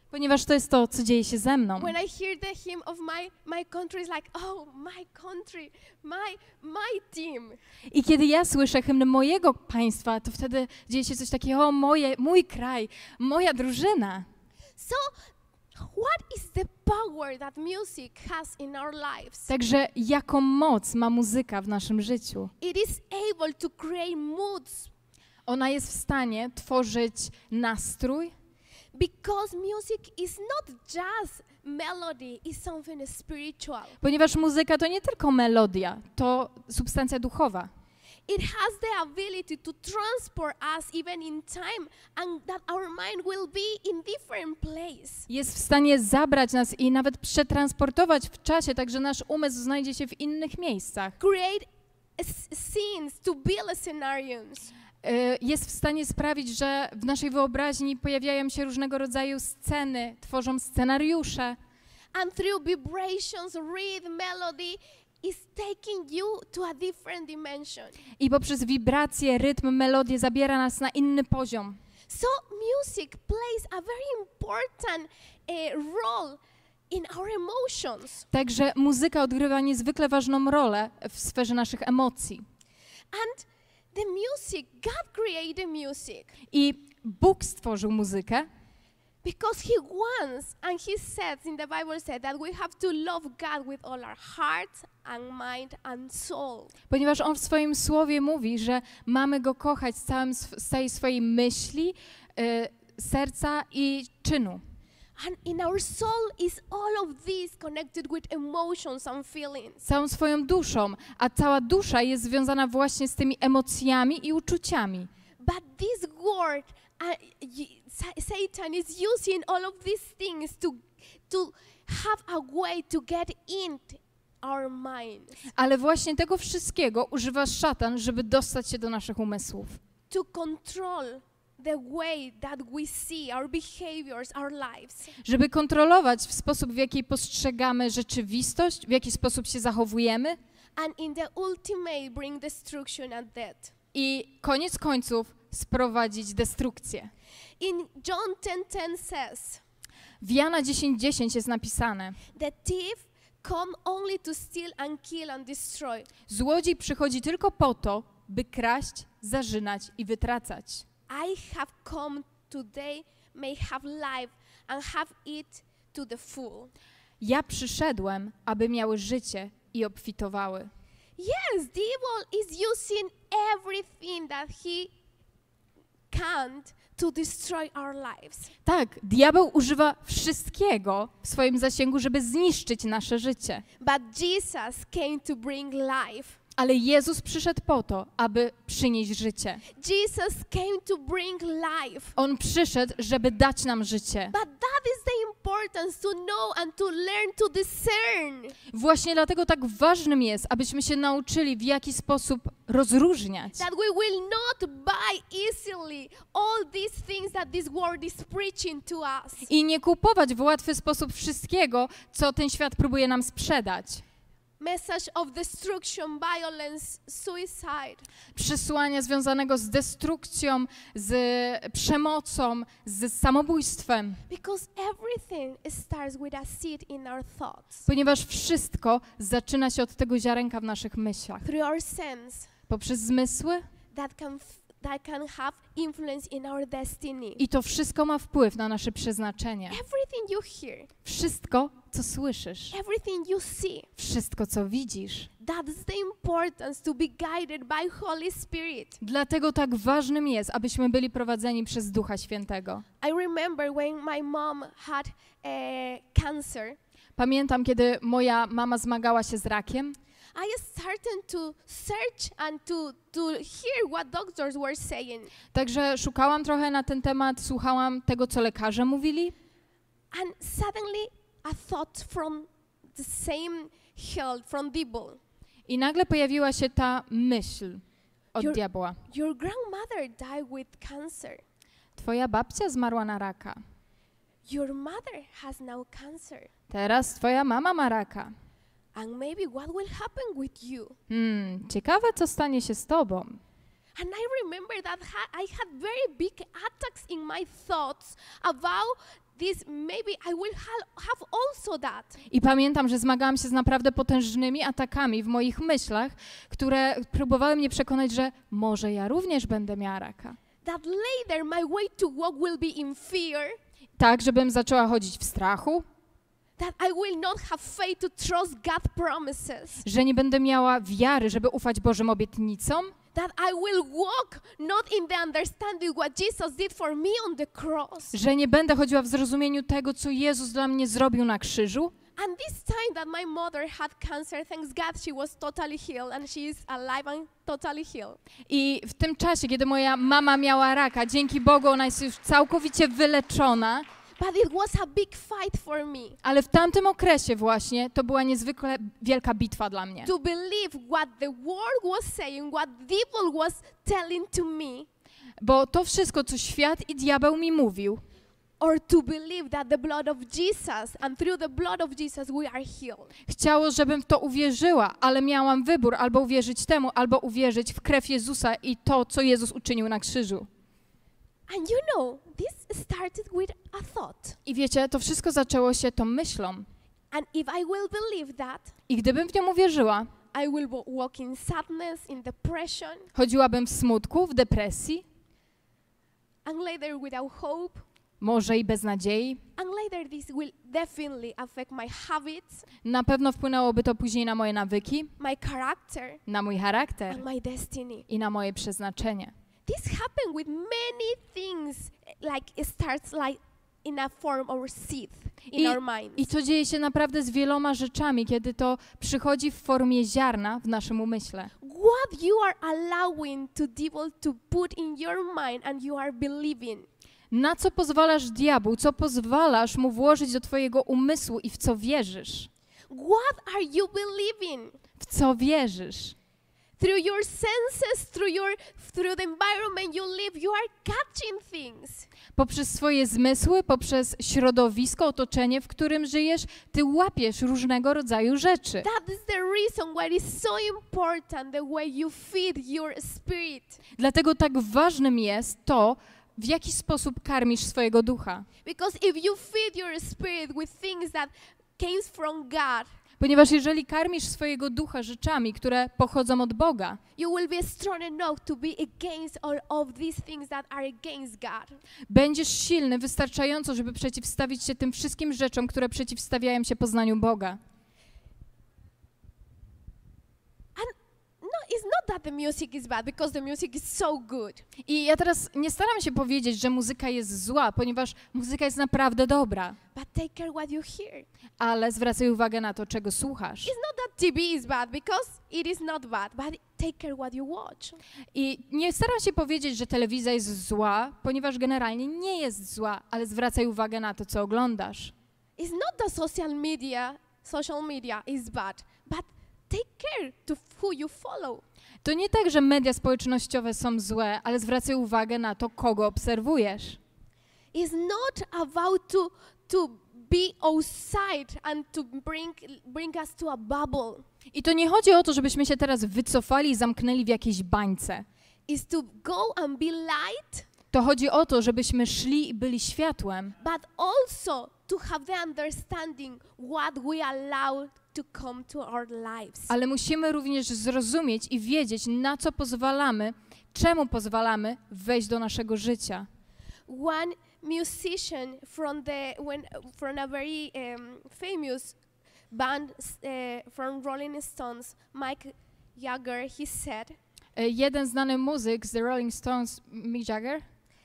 S3: Ponieważ to jest to, co dzieje się ze mną.
S2: When I hear the hymn of my country, it's like, oh, my country, my team.
S3: I kiedy ja słyszę hymn mojego państwa, to wtedy dzieje się coś takiego, o mój kraj, moja drużyna.
S2: So, what is the power that music has in our lives?
S3: Także jaką moc ma muzyka w naszym życiu?
S2: It is able to create moods
S3: Ona jest w stanie tworzyć nastrój,
S2: because music is not just melody, it's something spiritual.
S3: ponieważ muzyka to nie tylko melodia, to substancja duchowa.
S2: It has the ability to transport us even in time and that our mind will be in different place.
S3: Jest w stanie zabrać nas i nawet przetransportować w czasie, tak że nasz umysł znajdzie się w innych miejscach.
S2: Create scenes to build scenarios.
S3: Jest w stanie sprawić, że w naszej wyobraźni pojawiają się różnego rodzaju sceny, tworzą scenariusze.
S2: And through vibrations, rhythm, melody is taking you to a different dimension.
S3: I poprzez wibracje, rytm, melodię zabiera nas na inny poziom.
S2: So music plays a very important role in our emotions.
S3: Także muzyka odgrywa niezwykle ważną rolę w sferze naszych emocji.
S2: And the music, God created music
S3: I Bóg stworzył muzykę,
S2: because He wants, and He says in the Bible said that we have to love God with all our heart and mind and soul.
S3: ponieważ On w swoim słowie mówi, że mamy Go kochać z całej swojej myśli, serca i czynu.
S2: And in our soul is all of this connected with emotions and feelings.
S3: Całą swoją duszą, a cała dusza jest związana właśnie z tymi emocjami i uczuciami.
S2: But this word, Satan is using all of these things to have a way to get into our minds.
S3: Ale właśnie tego wszystkiego używa szatan, żeby dostać się do naszych umysłów.
S2: To control the way that we see our behaviors, our lives.
S3: Żeby kontrolować w sposób, w jaki postrzegamy rzeczywistość, w jaki sposób się zachowujemy
S2: And in the ultimate bring destruction and death.
S3: i koniec końców sprowadzić destrukcję.
S2: In John 10:10 says,
S3: W Jana 10:10 jest napisane:
S2: the thief come only to steal and kill and destroy.
S3: Złodziej przychodzi tylko po to, by kraść, zarzynać i wytracać.
S2: I have come today may have life and have it to the full.
S3: Ja przyszedłem, aby miały życie i obfitowały.
S2: Yes, the evil is using everything that he can't to destroy our lives.
S3: Tak, diabeł używa wszystkiego w swoim zasięgu, żeby zniszczyć nasze życie.
S2: But Jesus came to bring life.
S3: Ale Jezus przyszedł po to, aby przynieść życie.
S2: Jesus came to bring life.
S3: On przyszedł, żeby dać nam życie.
S2: But that is the importance to know and to learn to discern.
S3: Właśnie dlatego tak ważnym jest, abyśmy się nauczyli, w jaki sposób rozróżniać.
S2: That we will not buy easily all these things that this world is preaching to us.
S3: I nie kupować w łatwy sposób wszystkiego, co ten świat próbuje nam sprzedać.
S2: Message of destruction, violence, suicide.
S3: Przesłania związanego z destrukcją, z przemocą, z samobójstwem.
S2: Because everything starts with a seed in our thoughts.
S3: Ponieważ wszystko zaczyna się od tego ziarenka w naszych myślach.
S2: Through our sense
S3: Poprzez zmysły
S2: that can have influence in our destiny.
S3: i to wszystko ma wpływ na nasze przeznaczenie.
S2: Everything you hear,
S3: Wszystko, co słyszysz,
S2: everything you see,
S3: wszystko, co widzisz.
S2: that's the importance to be guided by Holy Spirit.
S3: Dlatego tak ważnym jest, abyśmy byli prowadzeni przez Ducha Świętego.
S2: I remember when my mom had cancer,
S3: Pamiętam, kiedy moja mama zmagała się z rakiem,
S2: I started to search and to hear what doctors were saying.
S3: także szukałam trochę na ten temat, słuchałam tego, co lekarze mówili
S2: And suddenly a thought from the same health, from devil.
S3: i nagle pojawiła się ta myśl od diabła.
S2: Your grandmother died with cancer.
S3: Twoja babcia zmarła na raka.
S2: Your mother has now cancer.
S3: Teraz twoja mama ma raka.
S2: And maybe what will happen with you?
S3: Ciekawe, co stanie się z tobą.
S2: And I remember that I had very big attacks in my thoughts about maybe I will have also that.
S3: I pamiętam, że zmagałam się z naprawdę potężnymi atakami w moich myślach, które próbowały mnie przekonać, że może ja również będę miała raka.
S2: That later my way to walk will be in fear.
S3: Tak, żebym zaczęła chodzić w strachu,
S2: That I will not have faith to trust God's promises.
S3: że nie będę miała wiary, żeby ufać Bożym obietnicom,
S2: That I will walk not in the understanding what Jesus did for me on the cross.
S3: że nie będę chodziła w zrozumieniu tego, co Jezus dla mnie zrobił na krzyżu.
S2: And this time that my mother had cancer, thanks God she was totally healed and she is alive and totally healed.
S3: I w tym czasie, kiedy moja mama miała raka, dzięki Bogu ona jest już całkowicie wyleczona,
S2: But it was a big fight for me
S3: ale w tamtym okresie właśnie to była niezwykle wielka bitwa dla mnie.
S2: to believe what the world was saying, what devil was telling to me,
S3: Bo to wszystko, co świat i diabeł mi mówił,
S2: or to believe that the blood of Jesus and through the blood of Jesus we are healed.
S3: chciało, żebym w to uwierzyła, ale miałam wybór albo uwierzyć temu, albo uwierzyć w krew Jezusa i to, co Jezus uczynił na krzyżu.
S2: And you know, this started with a thought.
S3: I wiecie, to wszystko zaczęło się tą myślą.
S2: And if I will believe that,
S3: I gdybym w nią uwierzyła,
S2: I will walk in sadness, in depression,
S3: chodziłabym w smutku, w depresji,
S2: and later without hope.
S3: może i bez nadziei.
S2: And later this will definitely affect my habits,
S3: Na pewno wpłynęłoby to później na moje nawyki,
S2: my character,
S3: na mój charakter
S2: and my destiny.
S3: i na moje przeznaczenie.
S2: This happened with many things, like it starts like in a form or seed in our minds.
S3: I to dzieje się naprawdę z wieloma rzeczami, kiedy to przychodzi w formie ziarna w naszym umyśle.
S2: What you are allowing to devil to put in your mind and you are believing.
S3: Na co pozwalasz diabłu, co pozwalasz mu włożyć do twojego umysłu i w co wierzysz?
S2: What are you believing?
S3: W co wierzysz?
S2: Through your senses, through the environment you live, you are catching things.
S3: Poprzez swoje zmysły, poprzez środowisko, otoczenie, w którym żyjesz, ty łapiesz różnego rodzaju rzeczy.
S2: That is the reason why it is so important the way you feed your spirit.
S3: Dlatego tak ważnym jest to, w jaki sposób karmisz swojego ducha.
S2: Because if you feed your spirit with things that came from God,
S3: Ponieważ jeżeli karmisz swojego ducha rzeczami, które pochodzą od Boga,
S2: you will be strong enough to be against all of these things that are against God.
S3: będziesz silny wystarczająco, żeby przeciwstawić się tym wszystkim rzeczom, które przeciwstawiają się poznaniu Boga.
S2: No, it's not that the music is bad, because the music is so good.
S3: I ja teraz nie staram się powiedzieć, że muzyka jest zła, ponieważ muzyka jest naprawdę dobra,
S2: But take care what you hear.
S3: ale zwracaj uwagę na to, czego słuchasz.
S2: It's not that TV is bad, because it is not bad, but take care what you watch.
S3: I nie staram się powiedzieć, że telewizja jest zła, ponieważ generalnie nie jest zła, ale zwracaj uwagę na to, co oglądasz.
S2: It's not that social media is bad, but take care to who you follow.
S3: To nie tak, że media społecznościowe są złe, ale zwracaj uwagę na to, kogo obserwujesz.
S2: It's not about to be outside and to bring us to a bubble.
S3: I to nie chodzi o to, żebyśmy się teraz wycofali i zamknęli w jakiejś bańce.
S2: It's to go and be light,
S3: To chodzi o to, żebyśmy szli i byli światłem,
S2: but also to have the understanding what we allow to come to our lives.
S3: ale musimy również zrozumieć i wiedzieć, na co pozwalamy, czemu pozwalamy wejść do naszego życia.
S2: One musician from a very famous band from Rolling Stones, Mick Jagger, he said,
S3: Jeden znany muzyk z The Rolling Stones, Mick Jagger,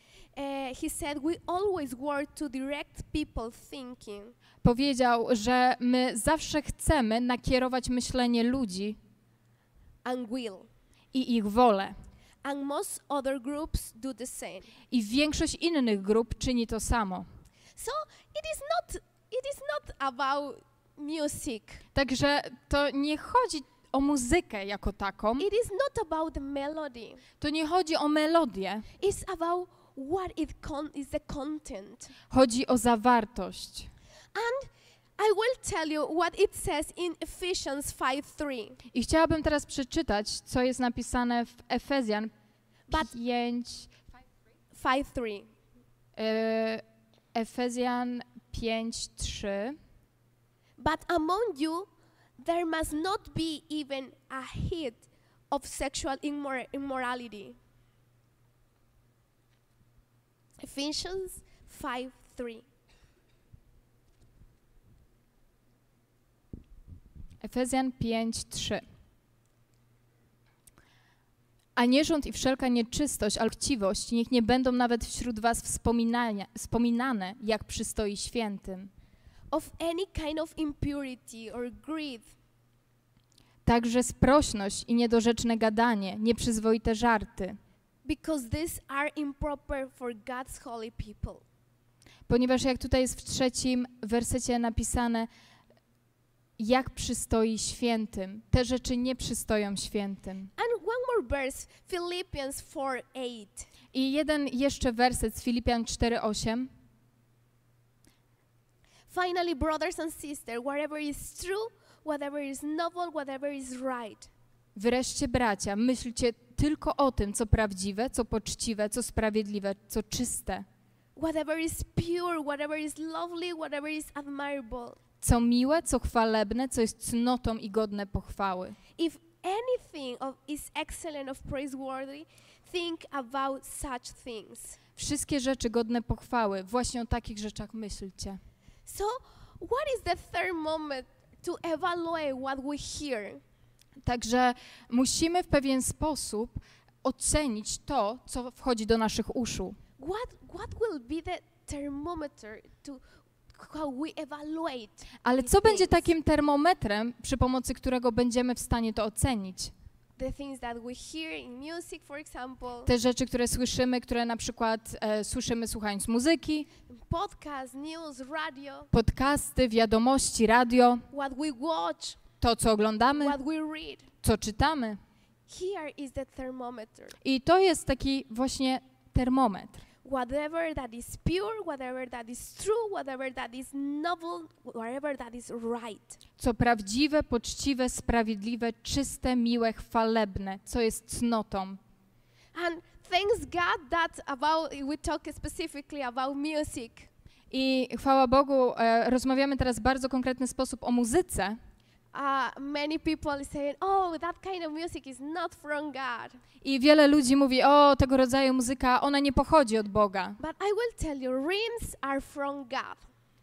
S2: he said, we always work to direct people thinking.
S3: powiedział, że my zawsze chcemy nakierować myślenie ludzi
S2: And will.
S3: i ich wolę.
S2: And most other groups do the same.
S3: I większość innych grup czyni to samo.
S2: So it is not about music.
S3: Także to nie chodzi o muzykę jako taką,
S2: It is not about the melody.
S3: to nie chodzi o melodię,
S2: It's about what is the content.
S3: chodzi o zawartość.
S2: And I will tell you what it says in Ephesians 5:3.
S3: I chciałabym teraz przeczytać, co jest napisane w Efezjan
S2: But
S3: 5,
S2: 5:3.
S3: Efezjan 5:3.
S2: But among you there must not be even a hint of sexual immorality. Ephesians 5:3.
S3: Efezjan 5:3. A nierząd i wszelka nieczystość, ale chciwość niech nie będą nawet wśród was wspominane, jak przystoi świętym.
S2: Of any kind of impurity or greed,
S3: Także sprośność i niedorzeczne gadanie, nieprzyzwoite żarty,
S2: because these are improper for God's holy people.
S3: ponieważ jak tutaj jest w 3. wersecie napisane, jak przystoi świętym, te rzeczy nie przystoją świętym.
S2: And one more verse, Philippians 4:8.
S3: I jeden jeszcze werset z Filipian 4:8.
S2: Finally, brothers and sisters, whatever is true, whatever is noble, whatever is right,
S3: Wreszcie bracia, myślcie tylko o tym, co prawdziwe, co poczciwe, co sprawiedliwe, co czyste,
S2: whatever is pure, whatever is lovely, whatever is admirable.
S3: co miłe, co chwalebne, co jest cnotą i godne pochwały.
S2: If anything is excellent or praiseworthy, think about such things.
S3: Wszystkie rzeczy godne pochwały, właśnie o takich rzeczach myślcie.
S2: So, what is the thermometer to evaluate what we hear?
S3: Także musimy w pewien sposób ocenić to, co wchodzi do naszych uszu.
S2: What will be the thermometer to how we evaluate?
S3: Ale
S2: these
S3: co będzie
S2: things?
S3: takim termometrem, przy pomocy którego będziemy w stanie to ocenić?
S2: The things that we hear in music, for example,
S3: Te rzeczy, które słyszymy, które na przykład słyszymy słuchając muzyki,
S2: podcast, news, radio,
S3: podcasty, wiadomości, radio,
S2: what we watch,
S3: to, co oglądamy,
S2: what we read.
S3: co czytamy.
S2: Here is the thermometer.
S3: I to jest taki właśnie termometr.
S2: Whatever that is pure, whatever that is true, whatever that is noble, whatever that is right.
S3: Co prawdziwe, poczciwe, sprawiedliwe, czyste, miłe, chwalebne, co jest cnotą.
S2: And thanks God that we talk specifically about music.
S3: I chwała Bogu, rozmawiamy teraz w bardzo konkretny sposób o muzyce.
S2: Many people say, oh, that kind of music is not from God.
S3: I wiele ludzi mówi, o, tego rodzaju muzyka, ona nie pochodzi od Boga.
S2: But I will tell you, rhythms are from God.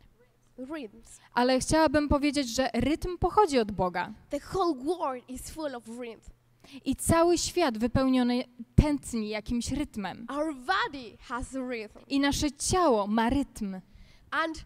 S2: Rhythms.
S3: Ale chciałabym powiedzieć, że rytm pochodzi od Boga.
S2: The whole world is full of rhythm.
S3: I cały świat wypełniony tętni jakimś rytmem.
S2: Our body has a rhythm.
S3: I nasze ciało ma rytm.
S2: And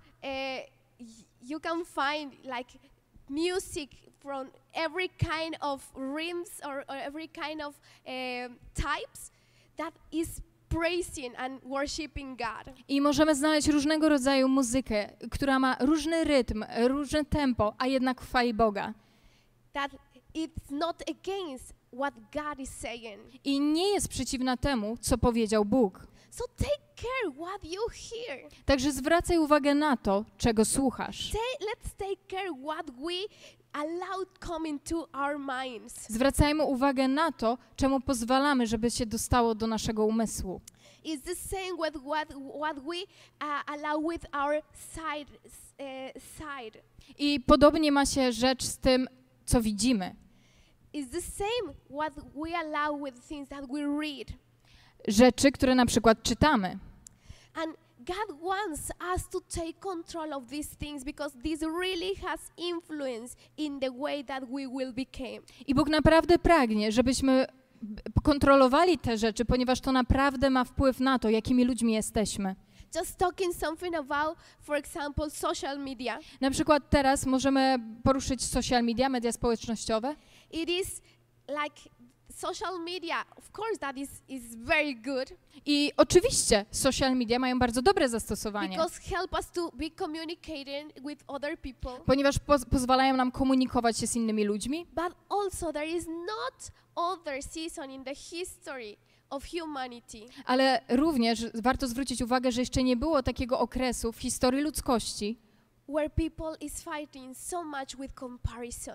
S2: you can find like music from every kind of rhythms or every kind of types that is praising and worshiping God.
S3: I możemy znaleźć różnego rodzaju muzykę, która ma różny rytm, różne tempo, a jednak chwali Boga.
S2: That it's not against what God is saying.
S3: I nie jest przeciwna temu, co powiedział Bóg.
S2: So take care what you hear.
S3: Także zwracaj uwagę na to, czego słuchasz.
S2: Let's take care what we allow come into our minds.
S3: Zwracajmy uwagę na to, czemu pozwalamy, żeby się dostało do naszego umysłu.
S2: It's the same with what we allow with our side.
S3: I podobnie ma się rzecz z tym, co widzimy.
S2: It's the same what we allow with things that we read.
S3: Rzeczy, które na przykład czytamy.
S2: And God wants us to take control of these things because this really has influence in the way that we will become.
S3: I Bóg naprawdę pragnie, żebyśmy kontrolowali te rzeczy, ponieważ to naprawdę ma wpływ na to, jakimi ludźmi jesteśmy.
S2: Just talking something about, for example, social media.
S3: Na przykład teraz możemy poruszyć social media, media społecznościowe.
S2: It is like social media, of course that is very good.
S3: I oczywiście social media mają bardzo dobre zastosowanie,
S2: Because help us to be communicating with other people.
S3: ponieważ pozwalają nam komunikować się z innymi ludźmi,
S2: But also there is not other season in the history of humanity
S3: ale również warto zwrócić uwagę, że jeszcze nie było takiego okresu w historii ludzkości,
S2: where people is fighting so much with comparison.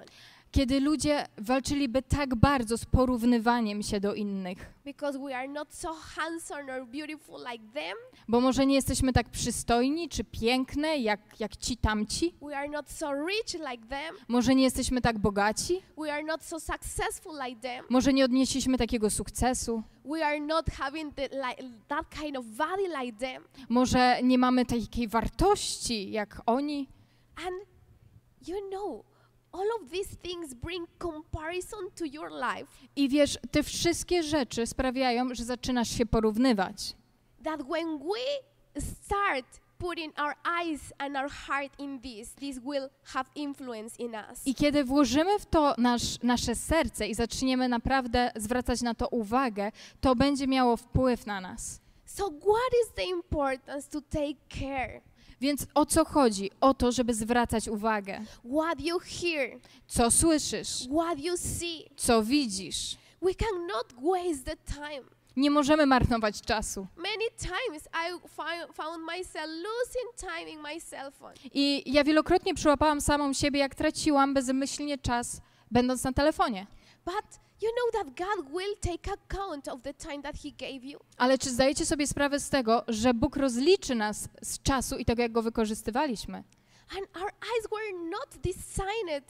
S3: Kiedy ludzie walczyliby tak bardzo z porównywaniem się do innych,
S2: because we are not so handsome or beautiful like them.
S3: bo może nie jesteśmy tak przystojni czy piękne jak ci tamci,
S2: We are not so rich like them.
S3: może nie jesteśmy tak bogaci,
S2: We are not so successful like them.
S3: może nie odnieśliśmy takiego sukcesu,
S2: We are not having that kind of body like them.
S3: może nie mamy takiej wartości jak oni.
S2: And you know, all of these things bring comparison to your life.
S3: I wiesz, te wszystkie rzeczy sprawiają, że zaczynasz się porównywać.
S2: That when we start putting our eyes and our heart in this will have influence in us.
S3: I kiedy włożymy w to nasze serce i zaczniemy naprawdę zwracać na to uwagę, to będzie miało wpływ na nas.
S2: So what is the importance to take care?
S3: Więc o co chodzi? O to, żeby zwracać uwagę.
S2: What you hear,
S3: Co słyszysz?
S2: what you see.
S3: Co widzisz?
S2: We cannot waste the time.
S3: Nie możemy marnować czasu.
S2: Many times I found myself losing time in my cell phone.
S3: I ja wielokrotnie przyłapałam samą siebie, jak traciłam bezmyślnie czas, będąc na telefonie.
S2: But you know that God will take account of the time that He gave you.
S3: Ale czy zdajecie sobie sprawę z tego, że Bóg rozliczy nas z czasu i tego, jak go wykorzystywaliśmy?
S2: And our eyes were not designed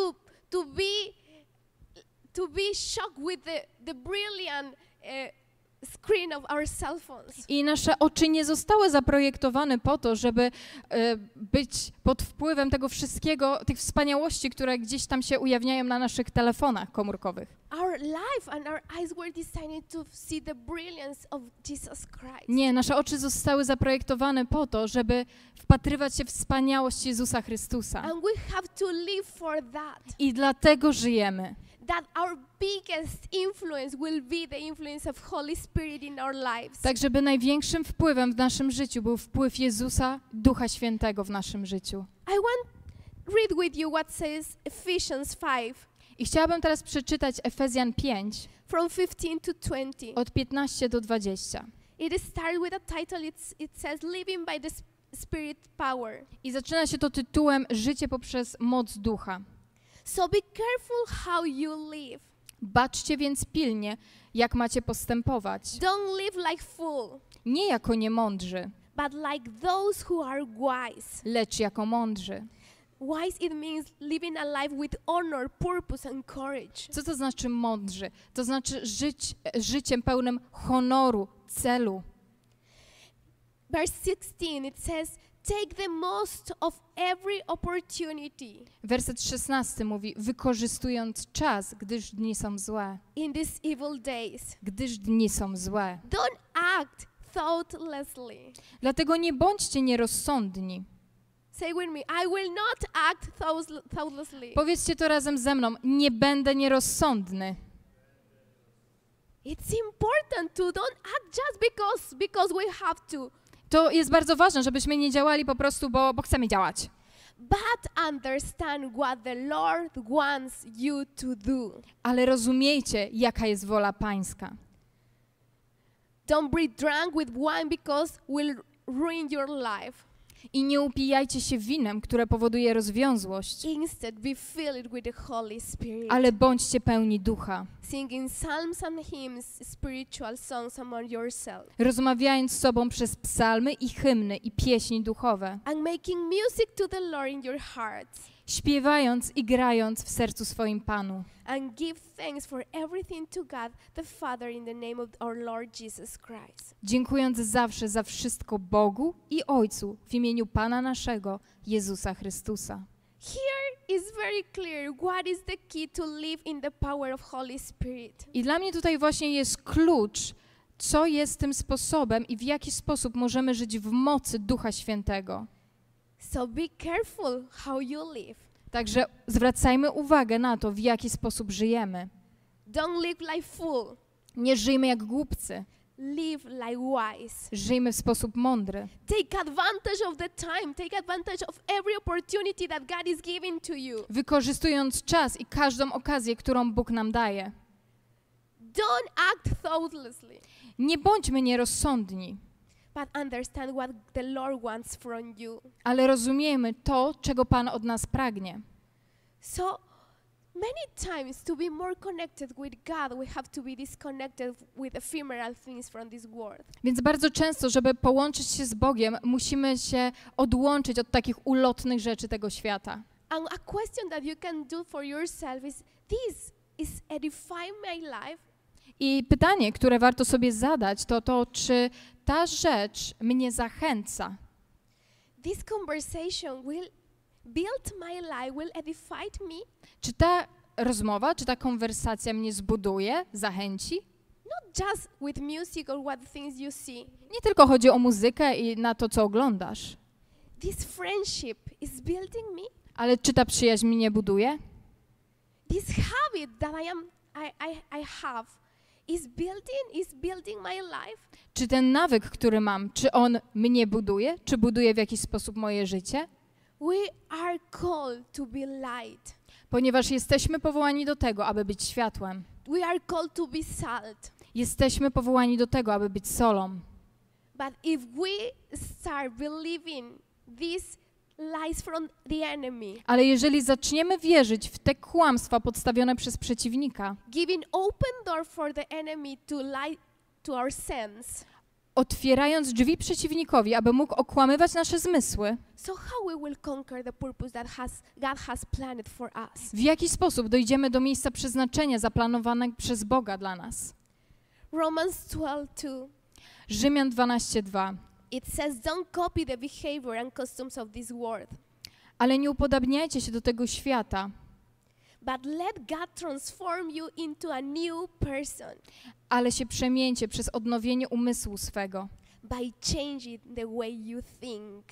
S2: to be shocked with the brilliant screen of our cell phones.
S3: I nasze oczy nie zostały zaprojektowane po to, żeby być pod wpływem tego wszystkiego, tych wspaniałości, które gdzieś tam się ujawniają na naszych telefonach komórkowych.
S2: Our life and our eyes were designed to see the brilliance of Jesus Christ.
S3: Nie, nasze oczy zostały zaprojektowane po to, żeby wpatrywać się w wspaniałość Jezusa Chrystusa.
S2: And we have to live for that.
S3: I dlatego żyjemy.
S2: That our biggest influence will be the influence of Holy Spirit in our lives.
S3: Tak, żeby największym wpływem w naszym życiu był wpływ Jezusa, Ducha Świętego w naszym życiu.
S2: I want read with you what says Ephesians 5
S3: I chciałabym teraz przeczytać Efezjan 5,
S2: from 15 to 20.
S3: od 15 do 20.
S2: It is started with a title. It says living by the Spirit power.
S3: I zaczyna się to tytułem Życie poprzez moc Ducha.
S2: So be careful how you live.
S3: Baczcie więc pilnie, jak macie postępować.
S2: Don't live like fool,
S3: Nie jako niemądrzy,
S2: but like those who are wise.
S3: lecz jako mądrzy.
S2: Wise it means living a life with honor, purpose and courage.
S3: Co to znaczy mądrzy? To znaczy żyć życiem pełnym honoru, celu.
S2: Verse 16 it says take the most of every opportunity
S3: Werset 16 mówi, wykorzystując czas, gdyż dni są złe.
S2: in these evil days.
S3: Gdyż dni są złe.
S2: Don't act thoughtlessly.
S3: Dlatego nie bądźcie nierozsądni.
S2: Say with me, I will not act thoughtlessly.
S3: Powiedzcie to razem ze mną, nie będę nierozsądny.
S2: It's important to don't act just because we have to,
S3: To jest bardzo ważne, żebyśmy nie działali po prostu, bo chcemy działać.
S2: but understand what the Lord wants you to do.
S3: Ale rozumiejcie, jaka jest wola Pańska.
S2: Don't be drunk with wine because will ruin your life.
S3: I nie upijajcie się winem, które powoduje rozwiązłość,
S2: Instead, be filled with the Holy Spirit.
S3: ale bądźcie pełni Ducha,
S2: Singing psalms and hymns, spiritual songs among yourselves.
S3: rozmawiając z sobą przez psalmy i hymny i pieśni duchowe,
S2: And making music to the Lord in your hearts.
S3: śpiewając i grając w sercu swoim Panu.
S2: And give thanks for everything to God the Father in the name of our Lord Jesus Christ.
S3: Dziękując zawsze za wszystko Bogu i Ojcu w imieniu Pana naszego, Jezusa Chrystusa.
S2: Here is very clear what is the key to live in the power of Holy Spirit.
S3: I dla mnie tutaj właśnie jest klucz, co jest tym sposobem i w jaki sposób możemy żyć w mocy Ducha Świętego.
S2: So be careful how you live.
S3: Także zwracajmy uwagę na to, w jaki sposób żyjemy.
S2: Don't live like fool.
S3: Nie żyjmy jak głupcy,
S2: Live like wise.
S3: żyjmy w sposób mądry.
S2: Take advantage of the time. Take advantage of every opportunity that God is giving to you.
S3: Wykorzystując czas i każdą okazję, którą Bóg nam daje.
S2: Don't act thoughtlessly,
S3: Nie bądźmy nierozsądni,
S2: but understand what the Lord wants from you.
S3: ale rozumiejmy to, czego Pan od nas pragnie.
S2: So Many times, to be more connected with God, we have to be disconnected with ephemeral things from this world.
S3: Więc bardzo często, żeby połączyć się z Bogiem, musimy się odłączyć od takich ulotnych rzeczy tego świata.
S2: And a question that you can do for yourself is, this is edifying my life?
S3: I pytanie, które warto sobie zadać, to czy ta rzecz mnie zachęca?
S2: This conversation will build my life, will edify me?
S3: Czy ta rozmowa, czy ta konwersacja mnie zbuduje, zachęci?
S2: Not just with music or what things you see.
S3: Nie tylko chodzi o muzykę i na to, co oglądasz,
S2: This friendship is building me.
S3: ale czy ta przyjaźń mnie buduje?
S2: This habit that I have is building my life.
S3: Czy ten nawyk, który mam, czy on mnie buduje, czy buduje w jakiś sposób moje życie?
S2: We are called to be light.
S3: Ponieważ jesteśmy powołani do tego, aby być światłem.
S2: We are called to be salt.
S3: Jesteśmy powołani do tego, aby być solą.
S2: But if we start believing these lies from the enemy,
S3: Ale jeżeli zaczniemy wierzyć w te kłamstwa podstawione przez przeciwnika,
S2: giving open door for the enemy to lie to our sense,
S3: otwierając drzwi przeciwnikowi, aby mógł okłamywać nasze zmysły,
S2: so how we will conquer the purpose that God has planned for us?
S3: w jaki sposób dojdziemy do miejsca przeznaczenia zaplanowanego przez Boga dla nas?
S2: Romans 12:2.
S3: Rzymian 12:2.
S2: It says, don't copy the behavior and customs of this world,
S3: Ale nie upodabniajcie się do tego świata,
S2: but let God transform you into a new person
S3: ale się przemieńcie przez odnowienie umysłu swego,
S2: by changing the way you think.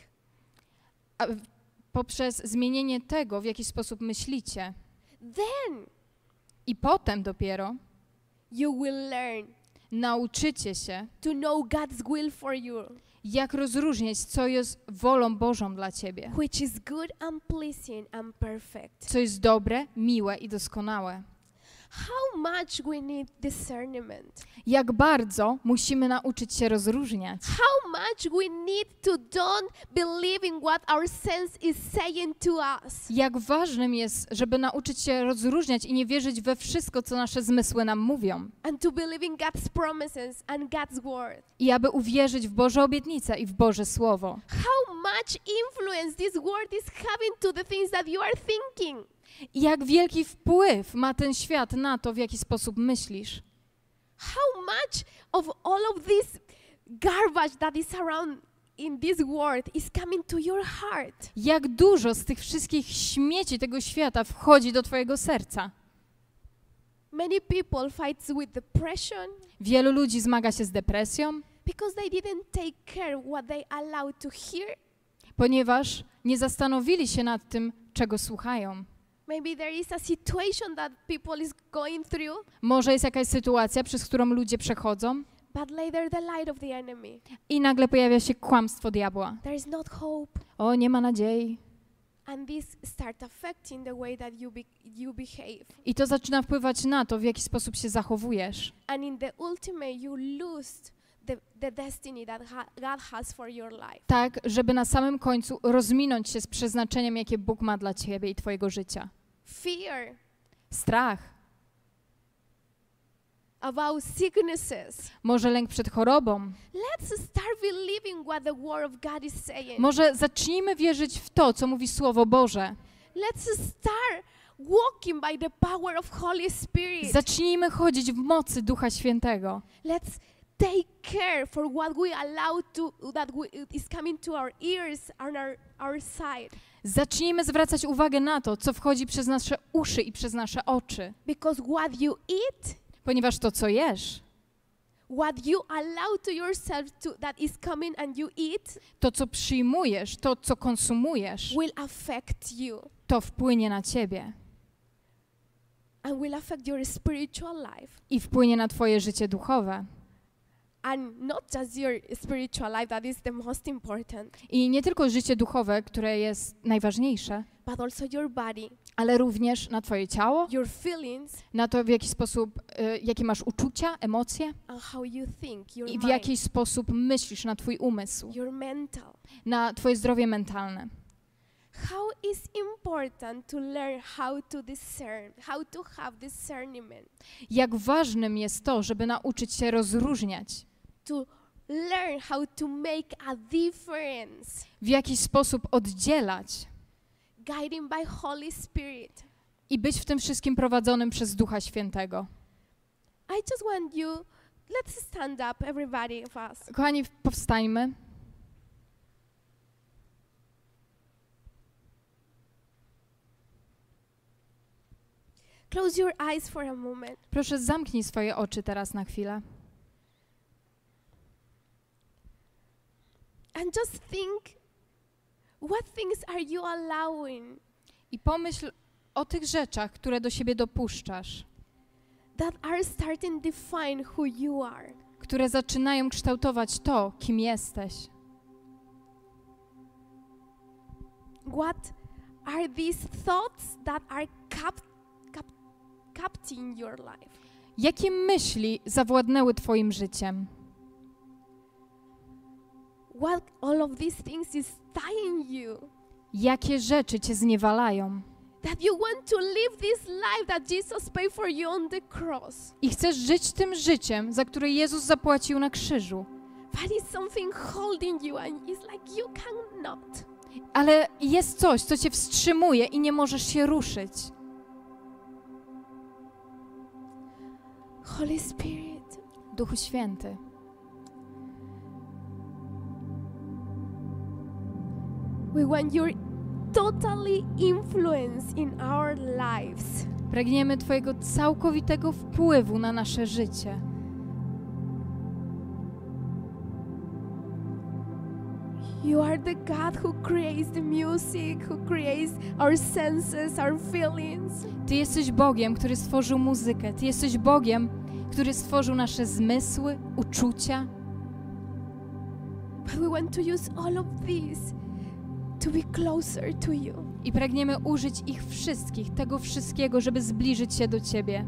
S3: poprzez zmienienie tego, w jaki sposób myślicie.
S2: Then
S3: I potem dopiero
S2: you will learn
S3: nauczycie się,
S2: to know God's will for you,
S3: jak rozróżniać, co jest wolą Bożą dla ciebie,
S2: which is good and pleasing and perfect.
S3: co jest dobre, miłe i doskonałe.
S2: How much we need discernment.
S3: Jak bardzo musimy nauczyć się rozróżniać.
S2: How much we need to don't believe in what our sense is saying to us.
S3: Jak ważnym jest, żeby nauczyć się rozróżniać i nie wierzyć we wszystko, co nasze zmysły nam mówią.
S2: And to believe in God's promises and God's word.
S3: I aby uwierzyć w Boże obietnice i w Boże Słowo.
S2: How much influence this word is having to the things that you are thinking.
S3: I jak wielki wpływ ma ten świat na to, w jaki sposób myślisz.
S2: How much of all of this garbage that is around in this world is coming to your heart.
S3: Jak dużo z tych wszystkich śmieci tego świata wchodzi do twojego serca.
S2: Many people fight with depression
S3: Wielu ludzi zmaga się z depresją,
S2: because they didn't take care what they allowed to hear.
S3: ponieważ nie zastanowili się nad tym, czego słuchają.
S2: Maybe there is a situation that people is going through,
S3: Może jest jakaś sytuacja, przez którą ludzie przechodzą
S2: but later the light of the enemy.
S3: i nagle pojawia się kłamstwo diabła.
S2: There is not hope.
S3: O, nie ma nadziei.
S2: And this start affecting the way that you behave.
S3: I to zaczyna wpływać na to, w jaki sposób się zachowujesz.
S2: And in the ultimate, you lose the destiny that God has for your life.
S3: Tak, żeby na samym końcu rozminąć się z przeznaczeniem, jakie Bóg ma dla ciebie i twojego życia.
S2: Fear
S3: Strach,
S2: about sicknesses.
S3: może lęk przed chorobą.
S2: Let's start believing what the Word of God is saying.
S3: Może zacznijmy wierzyć w to, co mówi Słowo Boże.
S2: Let's start walking by the power of Holy Spirit.
S3: Zacznijmy chodzić w mocy Ducha Świętego.
S2: Let's take care for what we allow to is coming to our ears and our side.
S3: Zacznijmy zwracać uwagę na to, co wchodzi przez nasze uszy i przez nasze oczy.
S2: Because what you eat,
S3: Ponieważ to, co jesz,
S2: what you allow to yourself that is coming and you eat,
S3: to, co przyjmujesz, to, co konsumujesz,
S2: will affect you
S3: to wpłynie na ciebie
S2: and will affect your spiritual life.
S3: i wpłynie na twoje życie duchowe.
S2: And not just your spiritual life, that is the most important,
S3: I nie tylko życie duchowe, które jest najważniejsze,
S2: but also your body,
S3: ale również na twoje ciało,
S2: your feelings,
S3: na to, w jaki sposób, jakie masz uczucia, emocje
S2: and how you think, your
S3: i w
S2: mind,
S3: jaki sposób myślisz, na twój umysł,
S2: your mental.
S3: na twoje zdrowie mentalne.
S2: How is important to learn how to discern, how to have discernment,
S3: Jak ważnym jest to, żeby nauczyć się rozróżniać,
S2: to learn how to make a difference,
S3: w jakiś sposób oddzielać
S2: guiding by Holy Spirit.
S3: i być w tym wszystkim prowadzonym przez Ducha Świętego.
S2: I just want you, let's stand up, everybody of us.
S3: Kochani, powstańmy.
S2: Close your eyes for a moment.
S3: Proszę, zamknij swoje oczy teraz na chwilę.
S2: And just think, what things are you allowing
S3: I pomyśl o tych rzeczach, które do siebie dopuszczasz,
S2: that are starting to define who you are?
S3: które zaczynają kształtować to, kim jesteś.
S2: What are these thoughts that are capturing your life?
S3: Jakie myśli zawładnęły twoim życiem?
S2: What all of these things is tying you?
S3: Jakie rzeczy cię zniewalają?
S2: That you want to live this life that Jesus paid for you on the cross.
S3: I chcesz żyć tym życiem, za które Jezus zapłacił na krzyżu.
S2: But it's something holding you and it's like you cannot.
S3: Ale jest coś, co cię wstrzymuje i nie możesz się ruszyć.
S2: Holy Spirit,
S3: Duchu Święty,
S2: we want your totally influence in our lives.
S3: pragniemy Twojego całkowitego wpływu na nasze życie.
S2: You are the God who creates the music, who creates our senses, our feelings.
S3: Ty jesteś Bogiem, który stworzył muzykę. Ty jesteś Bogiem, który stworzył nasze zmysły, uczucia.
S2: But we want to use all of these to be closer to you.
S3: I pragniemy użyć ich wszystkich, tego wszystkiego, żeby zbliżyć się do Ciebie.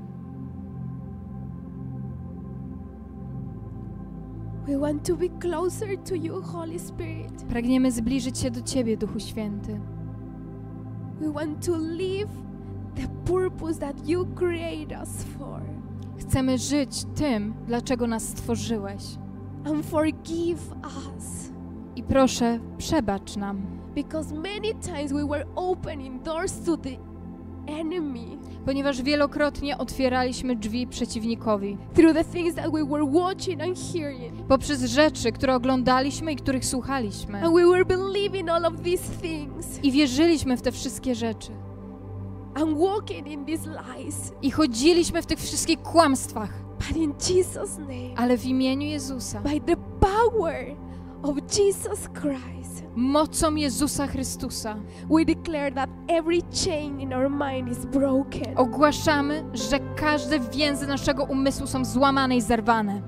S2: We want to be closer to you, Holy Spirit.
S3: Pragniemy zbliżyć się do Ciebie, Duchu Święty.
S2: We want to live the purpose that you create us for.
S3: Chcemy żyć tym, dlaczego nas stworzyłeś.
S2: And forgive us.
S3: I proszę, przebacz nam.
S2: Because many times we were opening doors to the enemy
S3: Ponieważ wielokrotnie otwieraliśmy drzwi przeciwnikowi.
S2: through the things that we were watching and hearing.
S3: Poprzez rzeczy, które oglądaliśmy i których słuchaliśmy.
S2: And we were believing all of these things
S3: I wierzyliśmy w te wszystkie rzeczy.
S2: and walking in these lies.
S3: I chodziliśmy w tych wszystkich kłamstwach.
S2: But in Jesus' name,
S3: Ale w imieniu Jezusa,
S2: by the power of Jesus Christ,
S3: mocą Jezusa Chrystusa,
S2: we declare that every chain in our mind is broken.
S3: ogłaszamy, że każde więzy naszego umysłu są złamane i zerwane.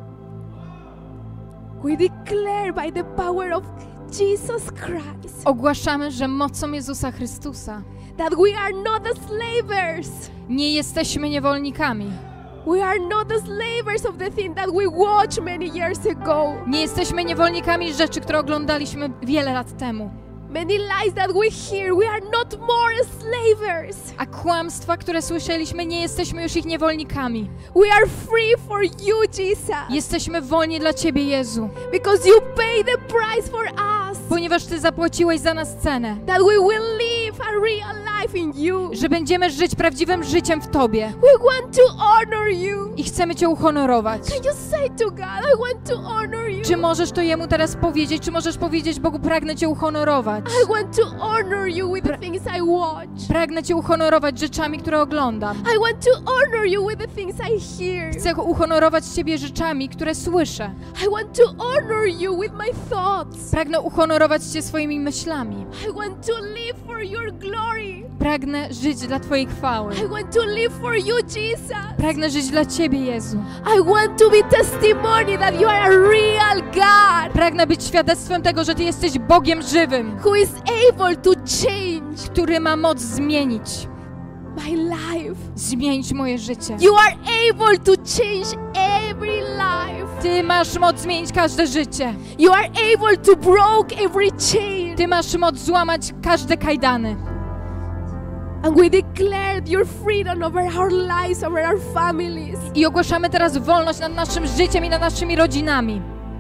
S2: We declare by the power of Jesus Christ
S3: Ogłaszamy, że mocą Jezusa Chrystusa
S2: that we are not the slavers.
S3: nie jesteśmy niewolnikami.
S2: We are not the slavers of the thing that we watched many years ago.
S3: Nie jesteśmy niewolnikami rzeczy, które oglądaliśmy wiele lat temu.
S2: Many lies that we hear, we are not more slavers.
S3: A kłamstwa, które słyszeliśmy, nie jesteśmy już ich niewolnikami.
S2: We are free for you, Jesus.
S3: Jesteśmy wolni dla Ciebie, Jezu.
S2: Because you pay the price for us.
S3: Ponieważ Ty zapłaciłeś za nas cenę.
S2: That we will live a real life in you.
S3: Że będziemy żyć prawdziwym życiem w Tobie.
S2: We want to honor you.
S3: I chcemy Cię uhonorować.
S2: Can you say to God, I want to honor you.
S3: Czy możesz to Jemu teraz powiedzieć? Czy możesz powiedzieć Bogu, pragnę Cię uhonorować?
S2: I want to honor you with the things I watch.
S3: Pragnę Cię uhonorować rzeczami, które oglądam.
S2: I want to honor you with the things I hear.
S3: Chcę uhonorować Ciebie rzeczami, które słyszę.
S2: I want to honor you with my thoughts.
S3: Pragnę uhonorować Cię swoimi myślami.
S2: I want to live for your glory.
S3: Pragnę żyć dla Twojej chwały.
S2: I want to live for you, Jesus.
S3: Pragnę żyć dla Ciebie, Jezu.
S2: I want to be testimony that you are a real God
S3: Pragnę być świadectwem tego, że Ty jesteś Bogiem żywym,
S2: who is able to change
S3: który ma moc zmienić.
S2: my life.
S3: Zmienić moje życie.
S2: You are able to change every life.
S3: Ty masz moc zmienić każde życie.
S2: You are able to break every chain.
S3: Ty masz moc złamać każde kajdany.
S2: And we declare your freedom over our lives, over our families.
S3: I ogłaszamy teraz wolność nad naszym życiem i nad naszymi rodzinami.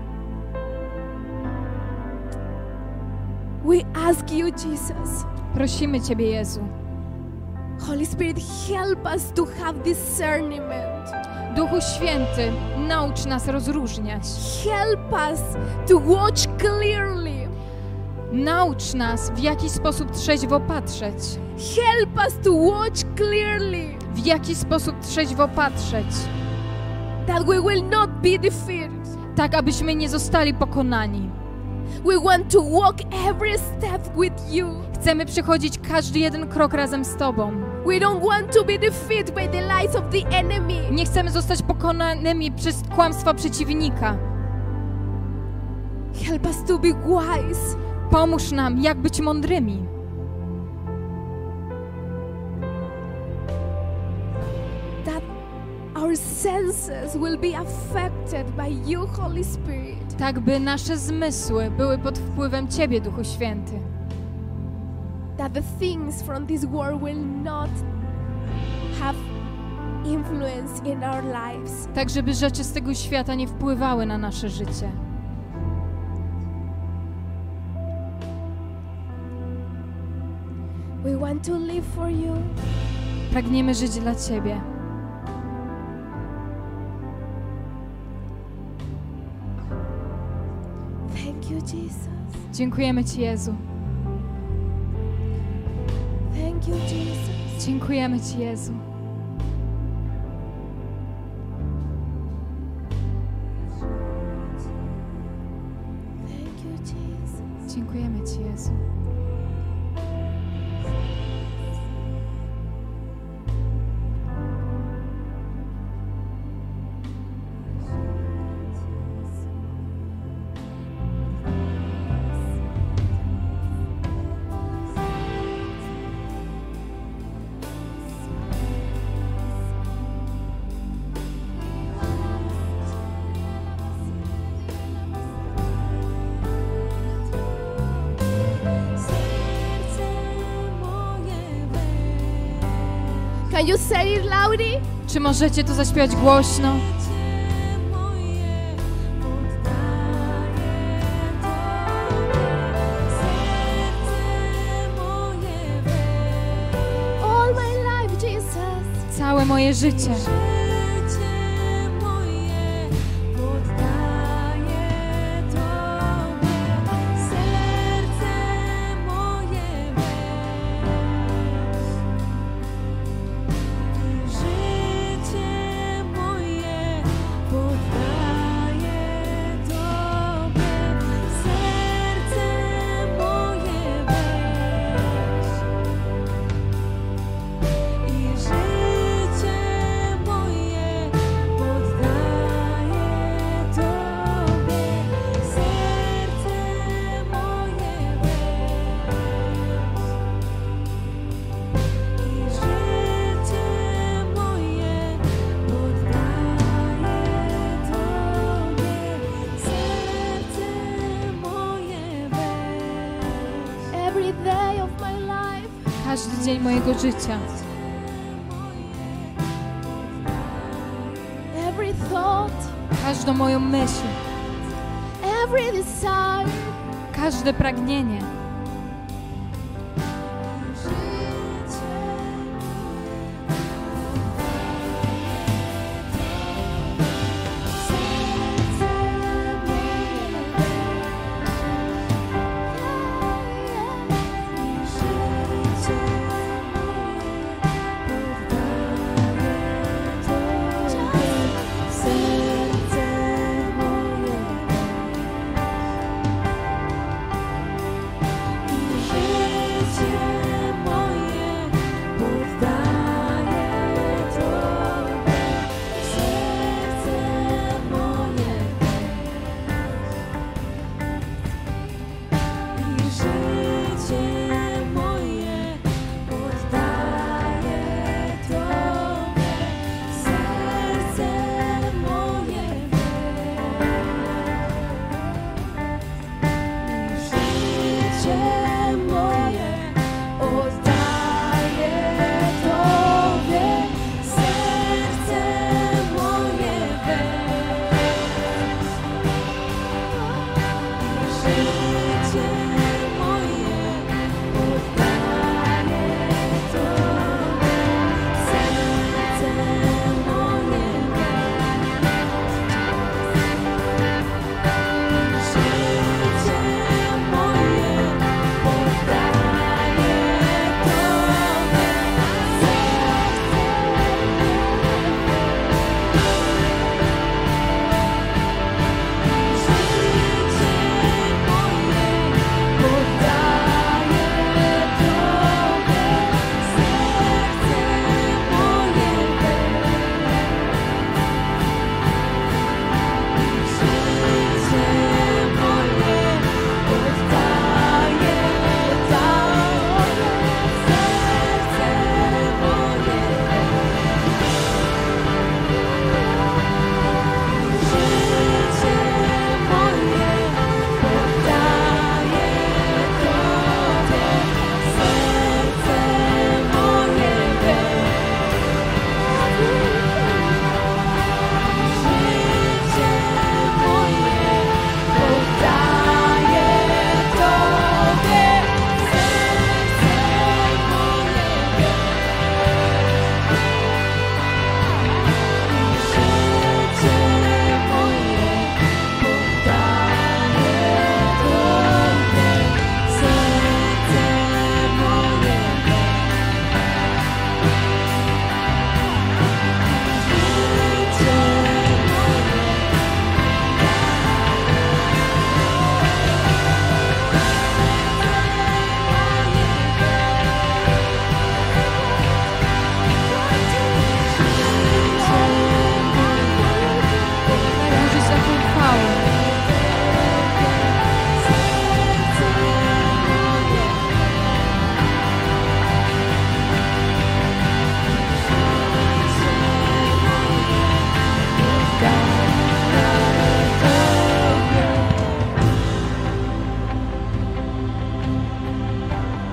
S2: We ask you, Jesus.
S3: Prosimy Ciebie, Jezu.
S2: Holy Spirit, help us to have discernment.
S3: Duchu Święty, naucz nas rozróżniać.
S2: Help us to watch clearly.
S3: Naucz nas, w jaki sposób trzeźwo patrzeć.
S2: Help us to watch clearly.
S3: W jaki sposób trzeźwo patrzeć.
S2: That we will not be defeated.
S3: Tak, abyśmy nie zostali pokonani.
S2: We want to walk every step with you.
S3: Chcemy przechodzić każdy jeden krok razem z Tobą.
S2: We don't want to be defeated by the lies of the enemy.
S3: Nie chcemy zostać pokonanymi przez kłamstwa przeciwnika.
S2: Help us to be wise.
S3: Pomóż nam, jak być mądrymi.
S2: That our senses will be affected by you, Holy Spirit.
S3: Tak, by nasze zmysły były pod wpływem Ciebie, Duchu Święty.
S2: That the things from this world will not have influence in our lives.
S3: Tak, żeby rzeczy z tego świata nie wpływały na nasze życie.
S2: We want to live for you.
S3: Pragniemy żyć dla Ciebie.
S2: Thank you, Jesus.
S3: Dziękujemy Ci, Jezu.
S2: Thank you, Jesus.
S3: Dziękujemy Ci, Jezu.
S2: Thank you, Jesus.
S3: Dziękujemy Ci, Jezu.
S2: Can you say it loudly?
S3: Czy możecie to zaśpiewać głośno?
S2: All my life, Jesus.
S3: Całe moje życie.
S2: Every day of my life.
S3: Każdy dzień mojego życia.
S2: Every thought.
S3: Każdą moją myśl.
S2: Every desire.
S3: Każde pragnienie.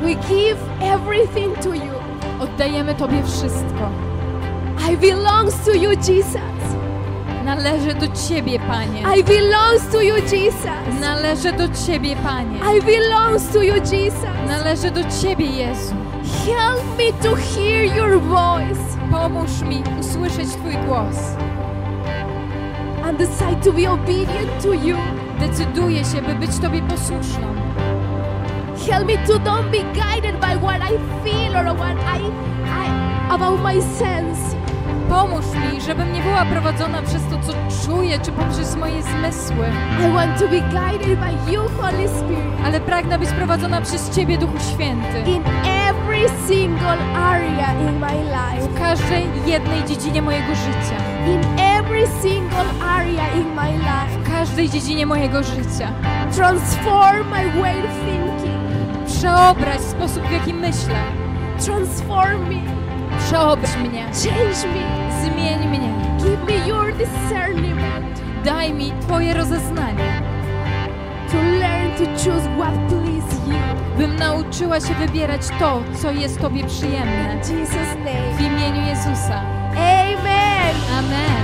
S2: We give everything to you.
S3: Oddajemy Tobie wszystko.
S2: I belongs to you, Jesus.
S3: Należę do Ciebie, Panie.
S2: I belongs to you, Jesus.
S3: Należę do Ciebie, Panie.
S2: I belongs to you, Jesus.
S3: Należę do Ciebie, Jezu.
S2: Help me to hear your voice
S3: Pomóż mi usłyszeć Twój głos.
S2: and decide to be obedient to you.
S3: Decyduję się, by być Tobie posłuszną.
S2: Help me to don't be guided by what I feel or what I about my sense.
S3: Pomóż mi, żebym nie była prowadzona przez to, co czuję, czy poprzez moje zmysły,
S2: I want to be guided by you, Holy Spirit,
S3: ale pragnę być prowadzona przez Ciebie, Duchu Święty,
S2: in every single area in my life.
S3: w każdej jednej dziedzinie mojego życia,
S2: In every single area in my life.
S3: w każdej dziedzinie mojego życia.
S2: Transform my way of thinking.
S3: Przeobrać sposób, w jaki myślę.
S2: Transform me.
S3: Przeobrać mnie.
S2: Change me.
S3: Zmień mnie.
S2: Give me your discernment
S3: Daj mi Twoje rozeznanie,
S2: to learn to choose what please you.
S3: bym nauczyła się wybierać to, co jest Tobie przyjemne.
S2: In Jesus' name.
S3: W imieniu Jezusa.
S2: Amen.
S3: Amen.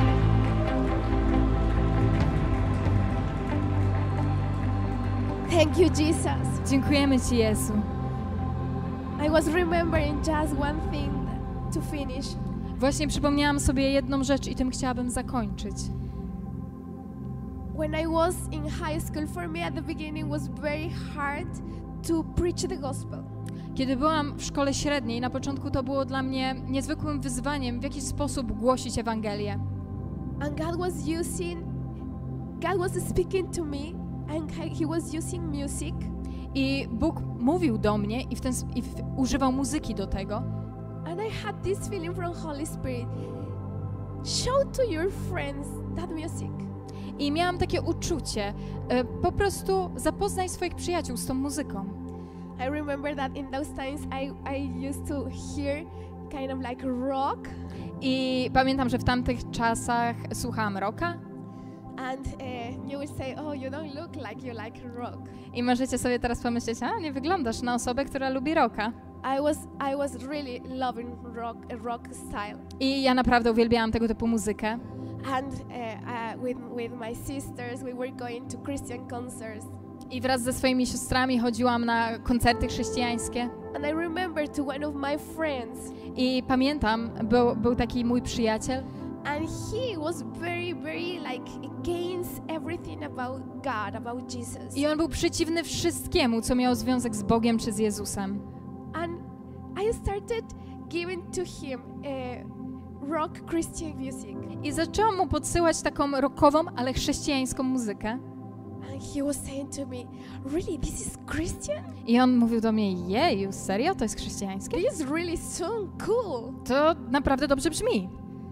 S2: Thank you, Jesus.
S3: Dziękujemy Ci, Jezu.
S2: I was remembering just one thing to finish.
S3: Właśnie przypomniałam sobie jedną rzecz i tym chciałabym zakończyć.
S2: When I was in high school, for me at the beginning was very hard to preach the gospel.
S3: Kiedy byłam w szkole średniej, na początku to było dla mnie niezwykłym wyzwaniem, w jaki sposób głosić Ewangelię.
S2: And God was speaking to me, and He was using music.
S3: I Bóg mówił do mnie i używał muzyki do tego.
S2: And I had this feeling from Holy Spirit. Show to your friends that music.
S3: I miałam takie uczucie, po prostu zapoznaj swoich przyjaciół z tą muzyką.
S2: I remember that in those times I used to hear kind of like rock.
S3: I pamiętam, że w tamtych czasach słuchałam rocka.
S2: And you would say, oh, you don't look like you like rock.
S3: I możecie sobie teraz pomyśleć, nie wyglądasz na osobę, która lubi rocka.
S2: I was really loving rock style.
S3: I ja naprawdę uwielbiałam tego typu muzykę.
S2: And with my sisters, we were going to Christian concerts.
S3: I wraz ze swoimi siostrami chodziłam na koncerty chrześcijańskie.
S2: And I remember to one of my friends.
S3: I pamiętam, był taki mój przyjaciel.
S2: And he was very, very like against everything about God, about Jesus.
S3: I on był przeciwny wszystkiemu, co miało związek z Bogiem czy z Jezusem.
S2: And I started giving to him rock Christian music.
S3: I zaczęłam mu podsyłać taką rockową, ale chrześcijańską muzykę.
S2: And he was saying to me, really, this is Christian?
S3: I on mówił do mnie, jeju, serio? To jest chrześcijańskie?
S2: This really sound cool.
S3: To naprawdę dobrze brzmi.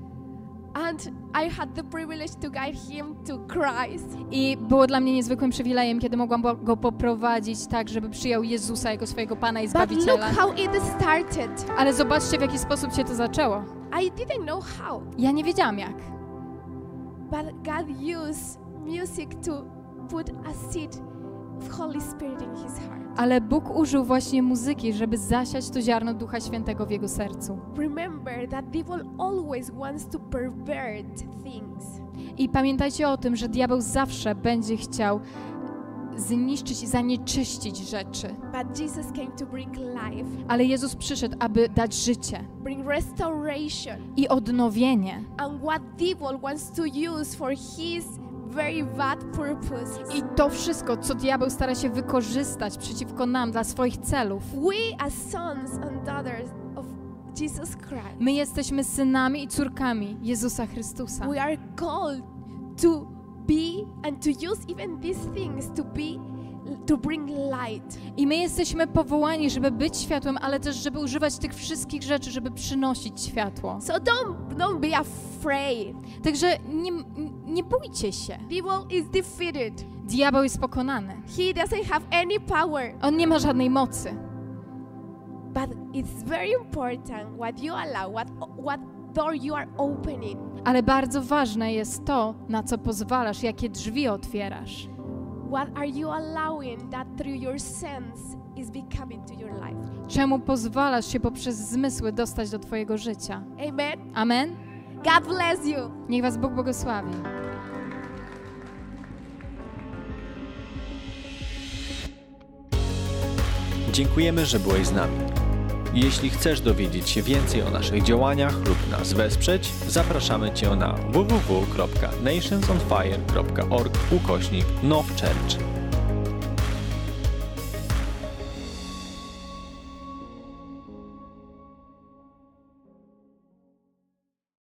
S2: And I had the privilege to guide him to Christ.
S3: I było dla mnie niezwykłym przywilejem, kiedy mogłam go poprowadzić tak, żeby przyjął Jezusa jako swojego Pana i
S2: But look
S3: Zbawiciela.
S2: how it started.
S3: Ale zobaczcie, w jaki sposób się to zaczęło.
S2: I didn't know how,
S3: Ja nie wiedziałam jak.
S2: but God used music to put a seed of Holy Spirit in his heart.
S3: Ale Bóg użył właśnie muzyki, żeby zasiać to ziarno Ducha Świętego w jego sercu.
S2: Remember that devil always wants to pervert things.
S3: I pamiętajcie o tym, że diabeł zawsze będzie chciał zniszczyć i zanieczyścić rzeczy.
S2: But Jesus came to bring life,
S3: Ale Jezus przyszedł, aby dać życie
S2: bring restoration.
S3: i odnowienie.
S2: And what devil wants to use for his very bad purposes.
S3: I to wszystko, co diabeł stara się wykorzystać przeciwko nam dla swoich celów.
S2: We as sons and daughters of Jesus Christ,
S3: My jesteśmy synami i córkami Jezusa Chrystusa.
S2: we are called to be and to use even these things to bring light.
S3: I my jesteśmy powołani, żeby być światłem, ale też, żeby używać tych wszystkich rzeczy, żeby przynosić światło.
S2: So don't be afraid.
S3: Także nie bójcie się.
S2: Devil is defeated.
S3: Diabeł jest pokonany.
S2: He doesn't have any power.
S3: On nie ma żadnej mocy.
S2: But it's very important what you allow, what door you are opening.
S3: Ale bardzo ważne jest to, na co pozwalasz, jakie drzwi otwierasz.
S2: What are you allowing that through your sense is becoming to your life?
S3: Czemu pozwalasz się poprzez zmysły dostać do twojego życia?
S2: Amen.
S3: Amen?
S2: God bless you.
S3: Niech was Bóg błogosławi.
S1: Dziękujemy, że byłeś z nami. Jeśli chcesz dowiedzieć się więcej o naszych działaniach lub nas wesprzeć, zapraszamy Cię na www.nationsonfire.org/nowchurch.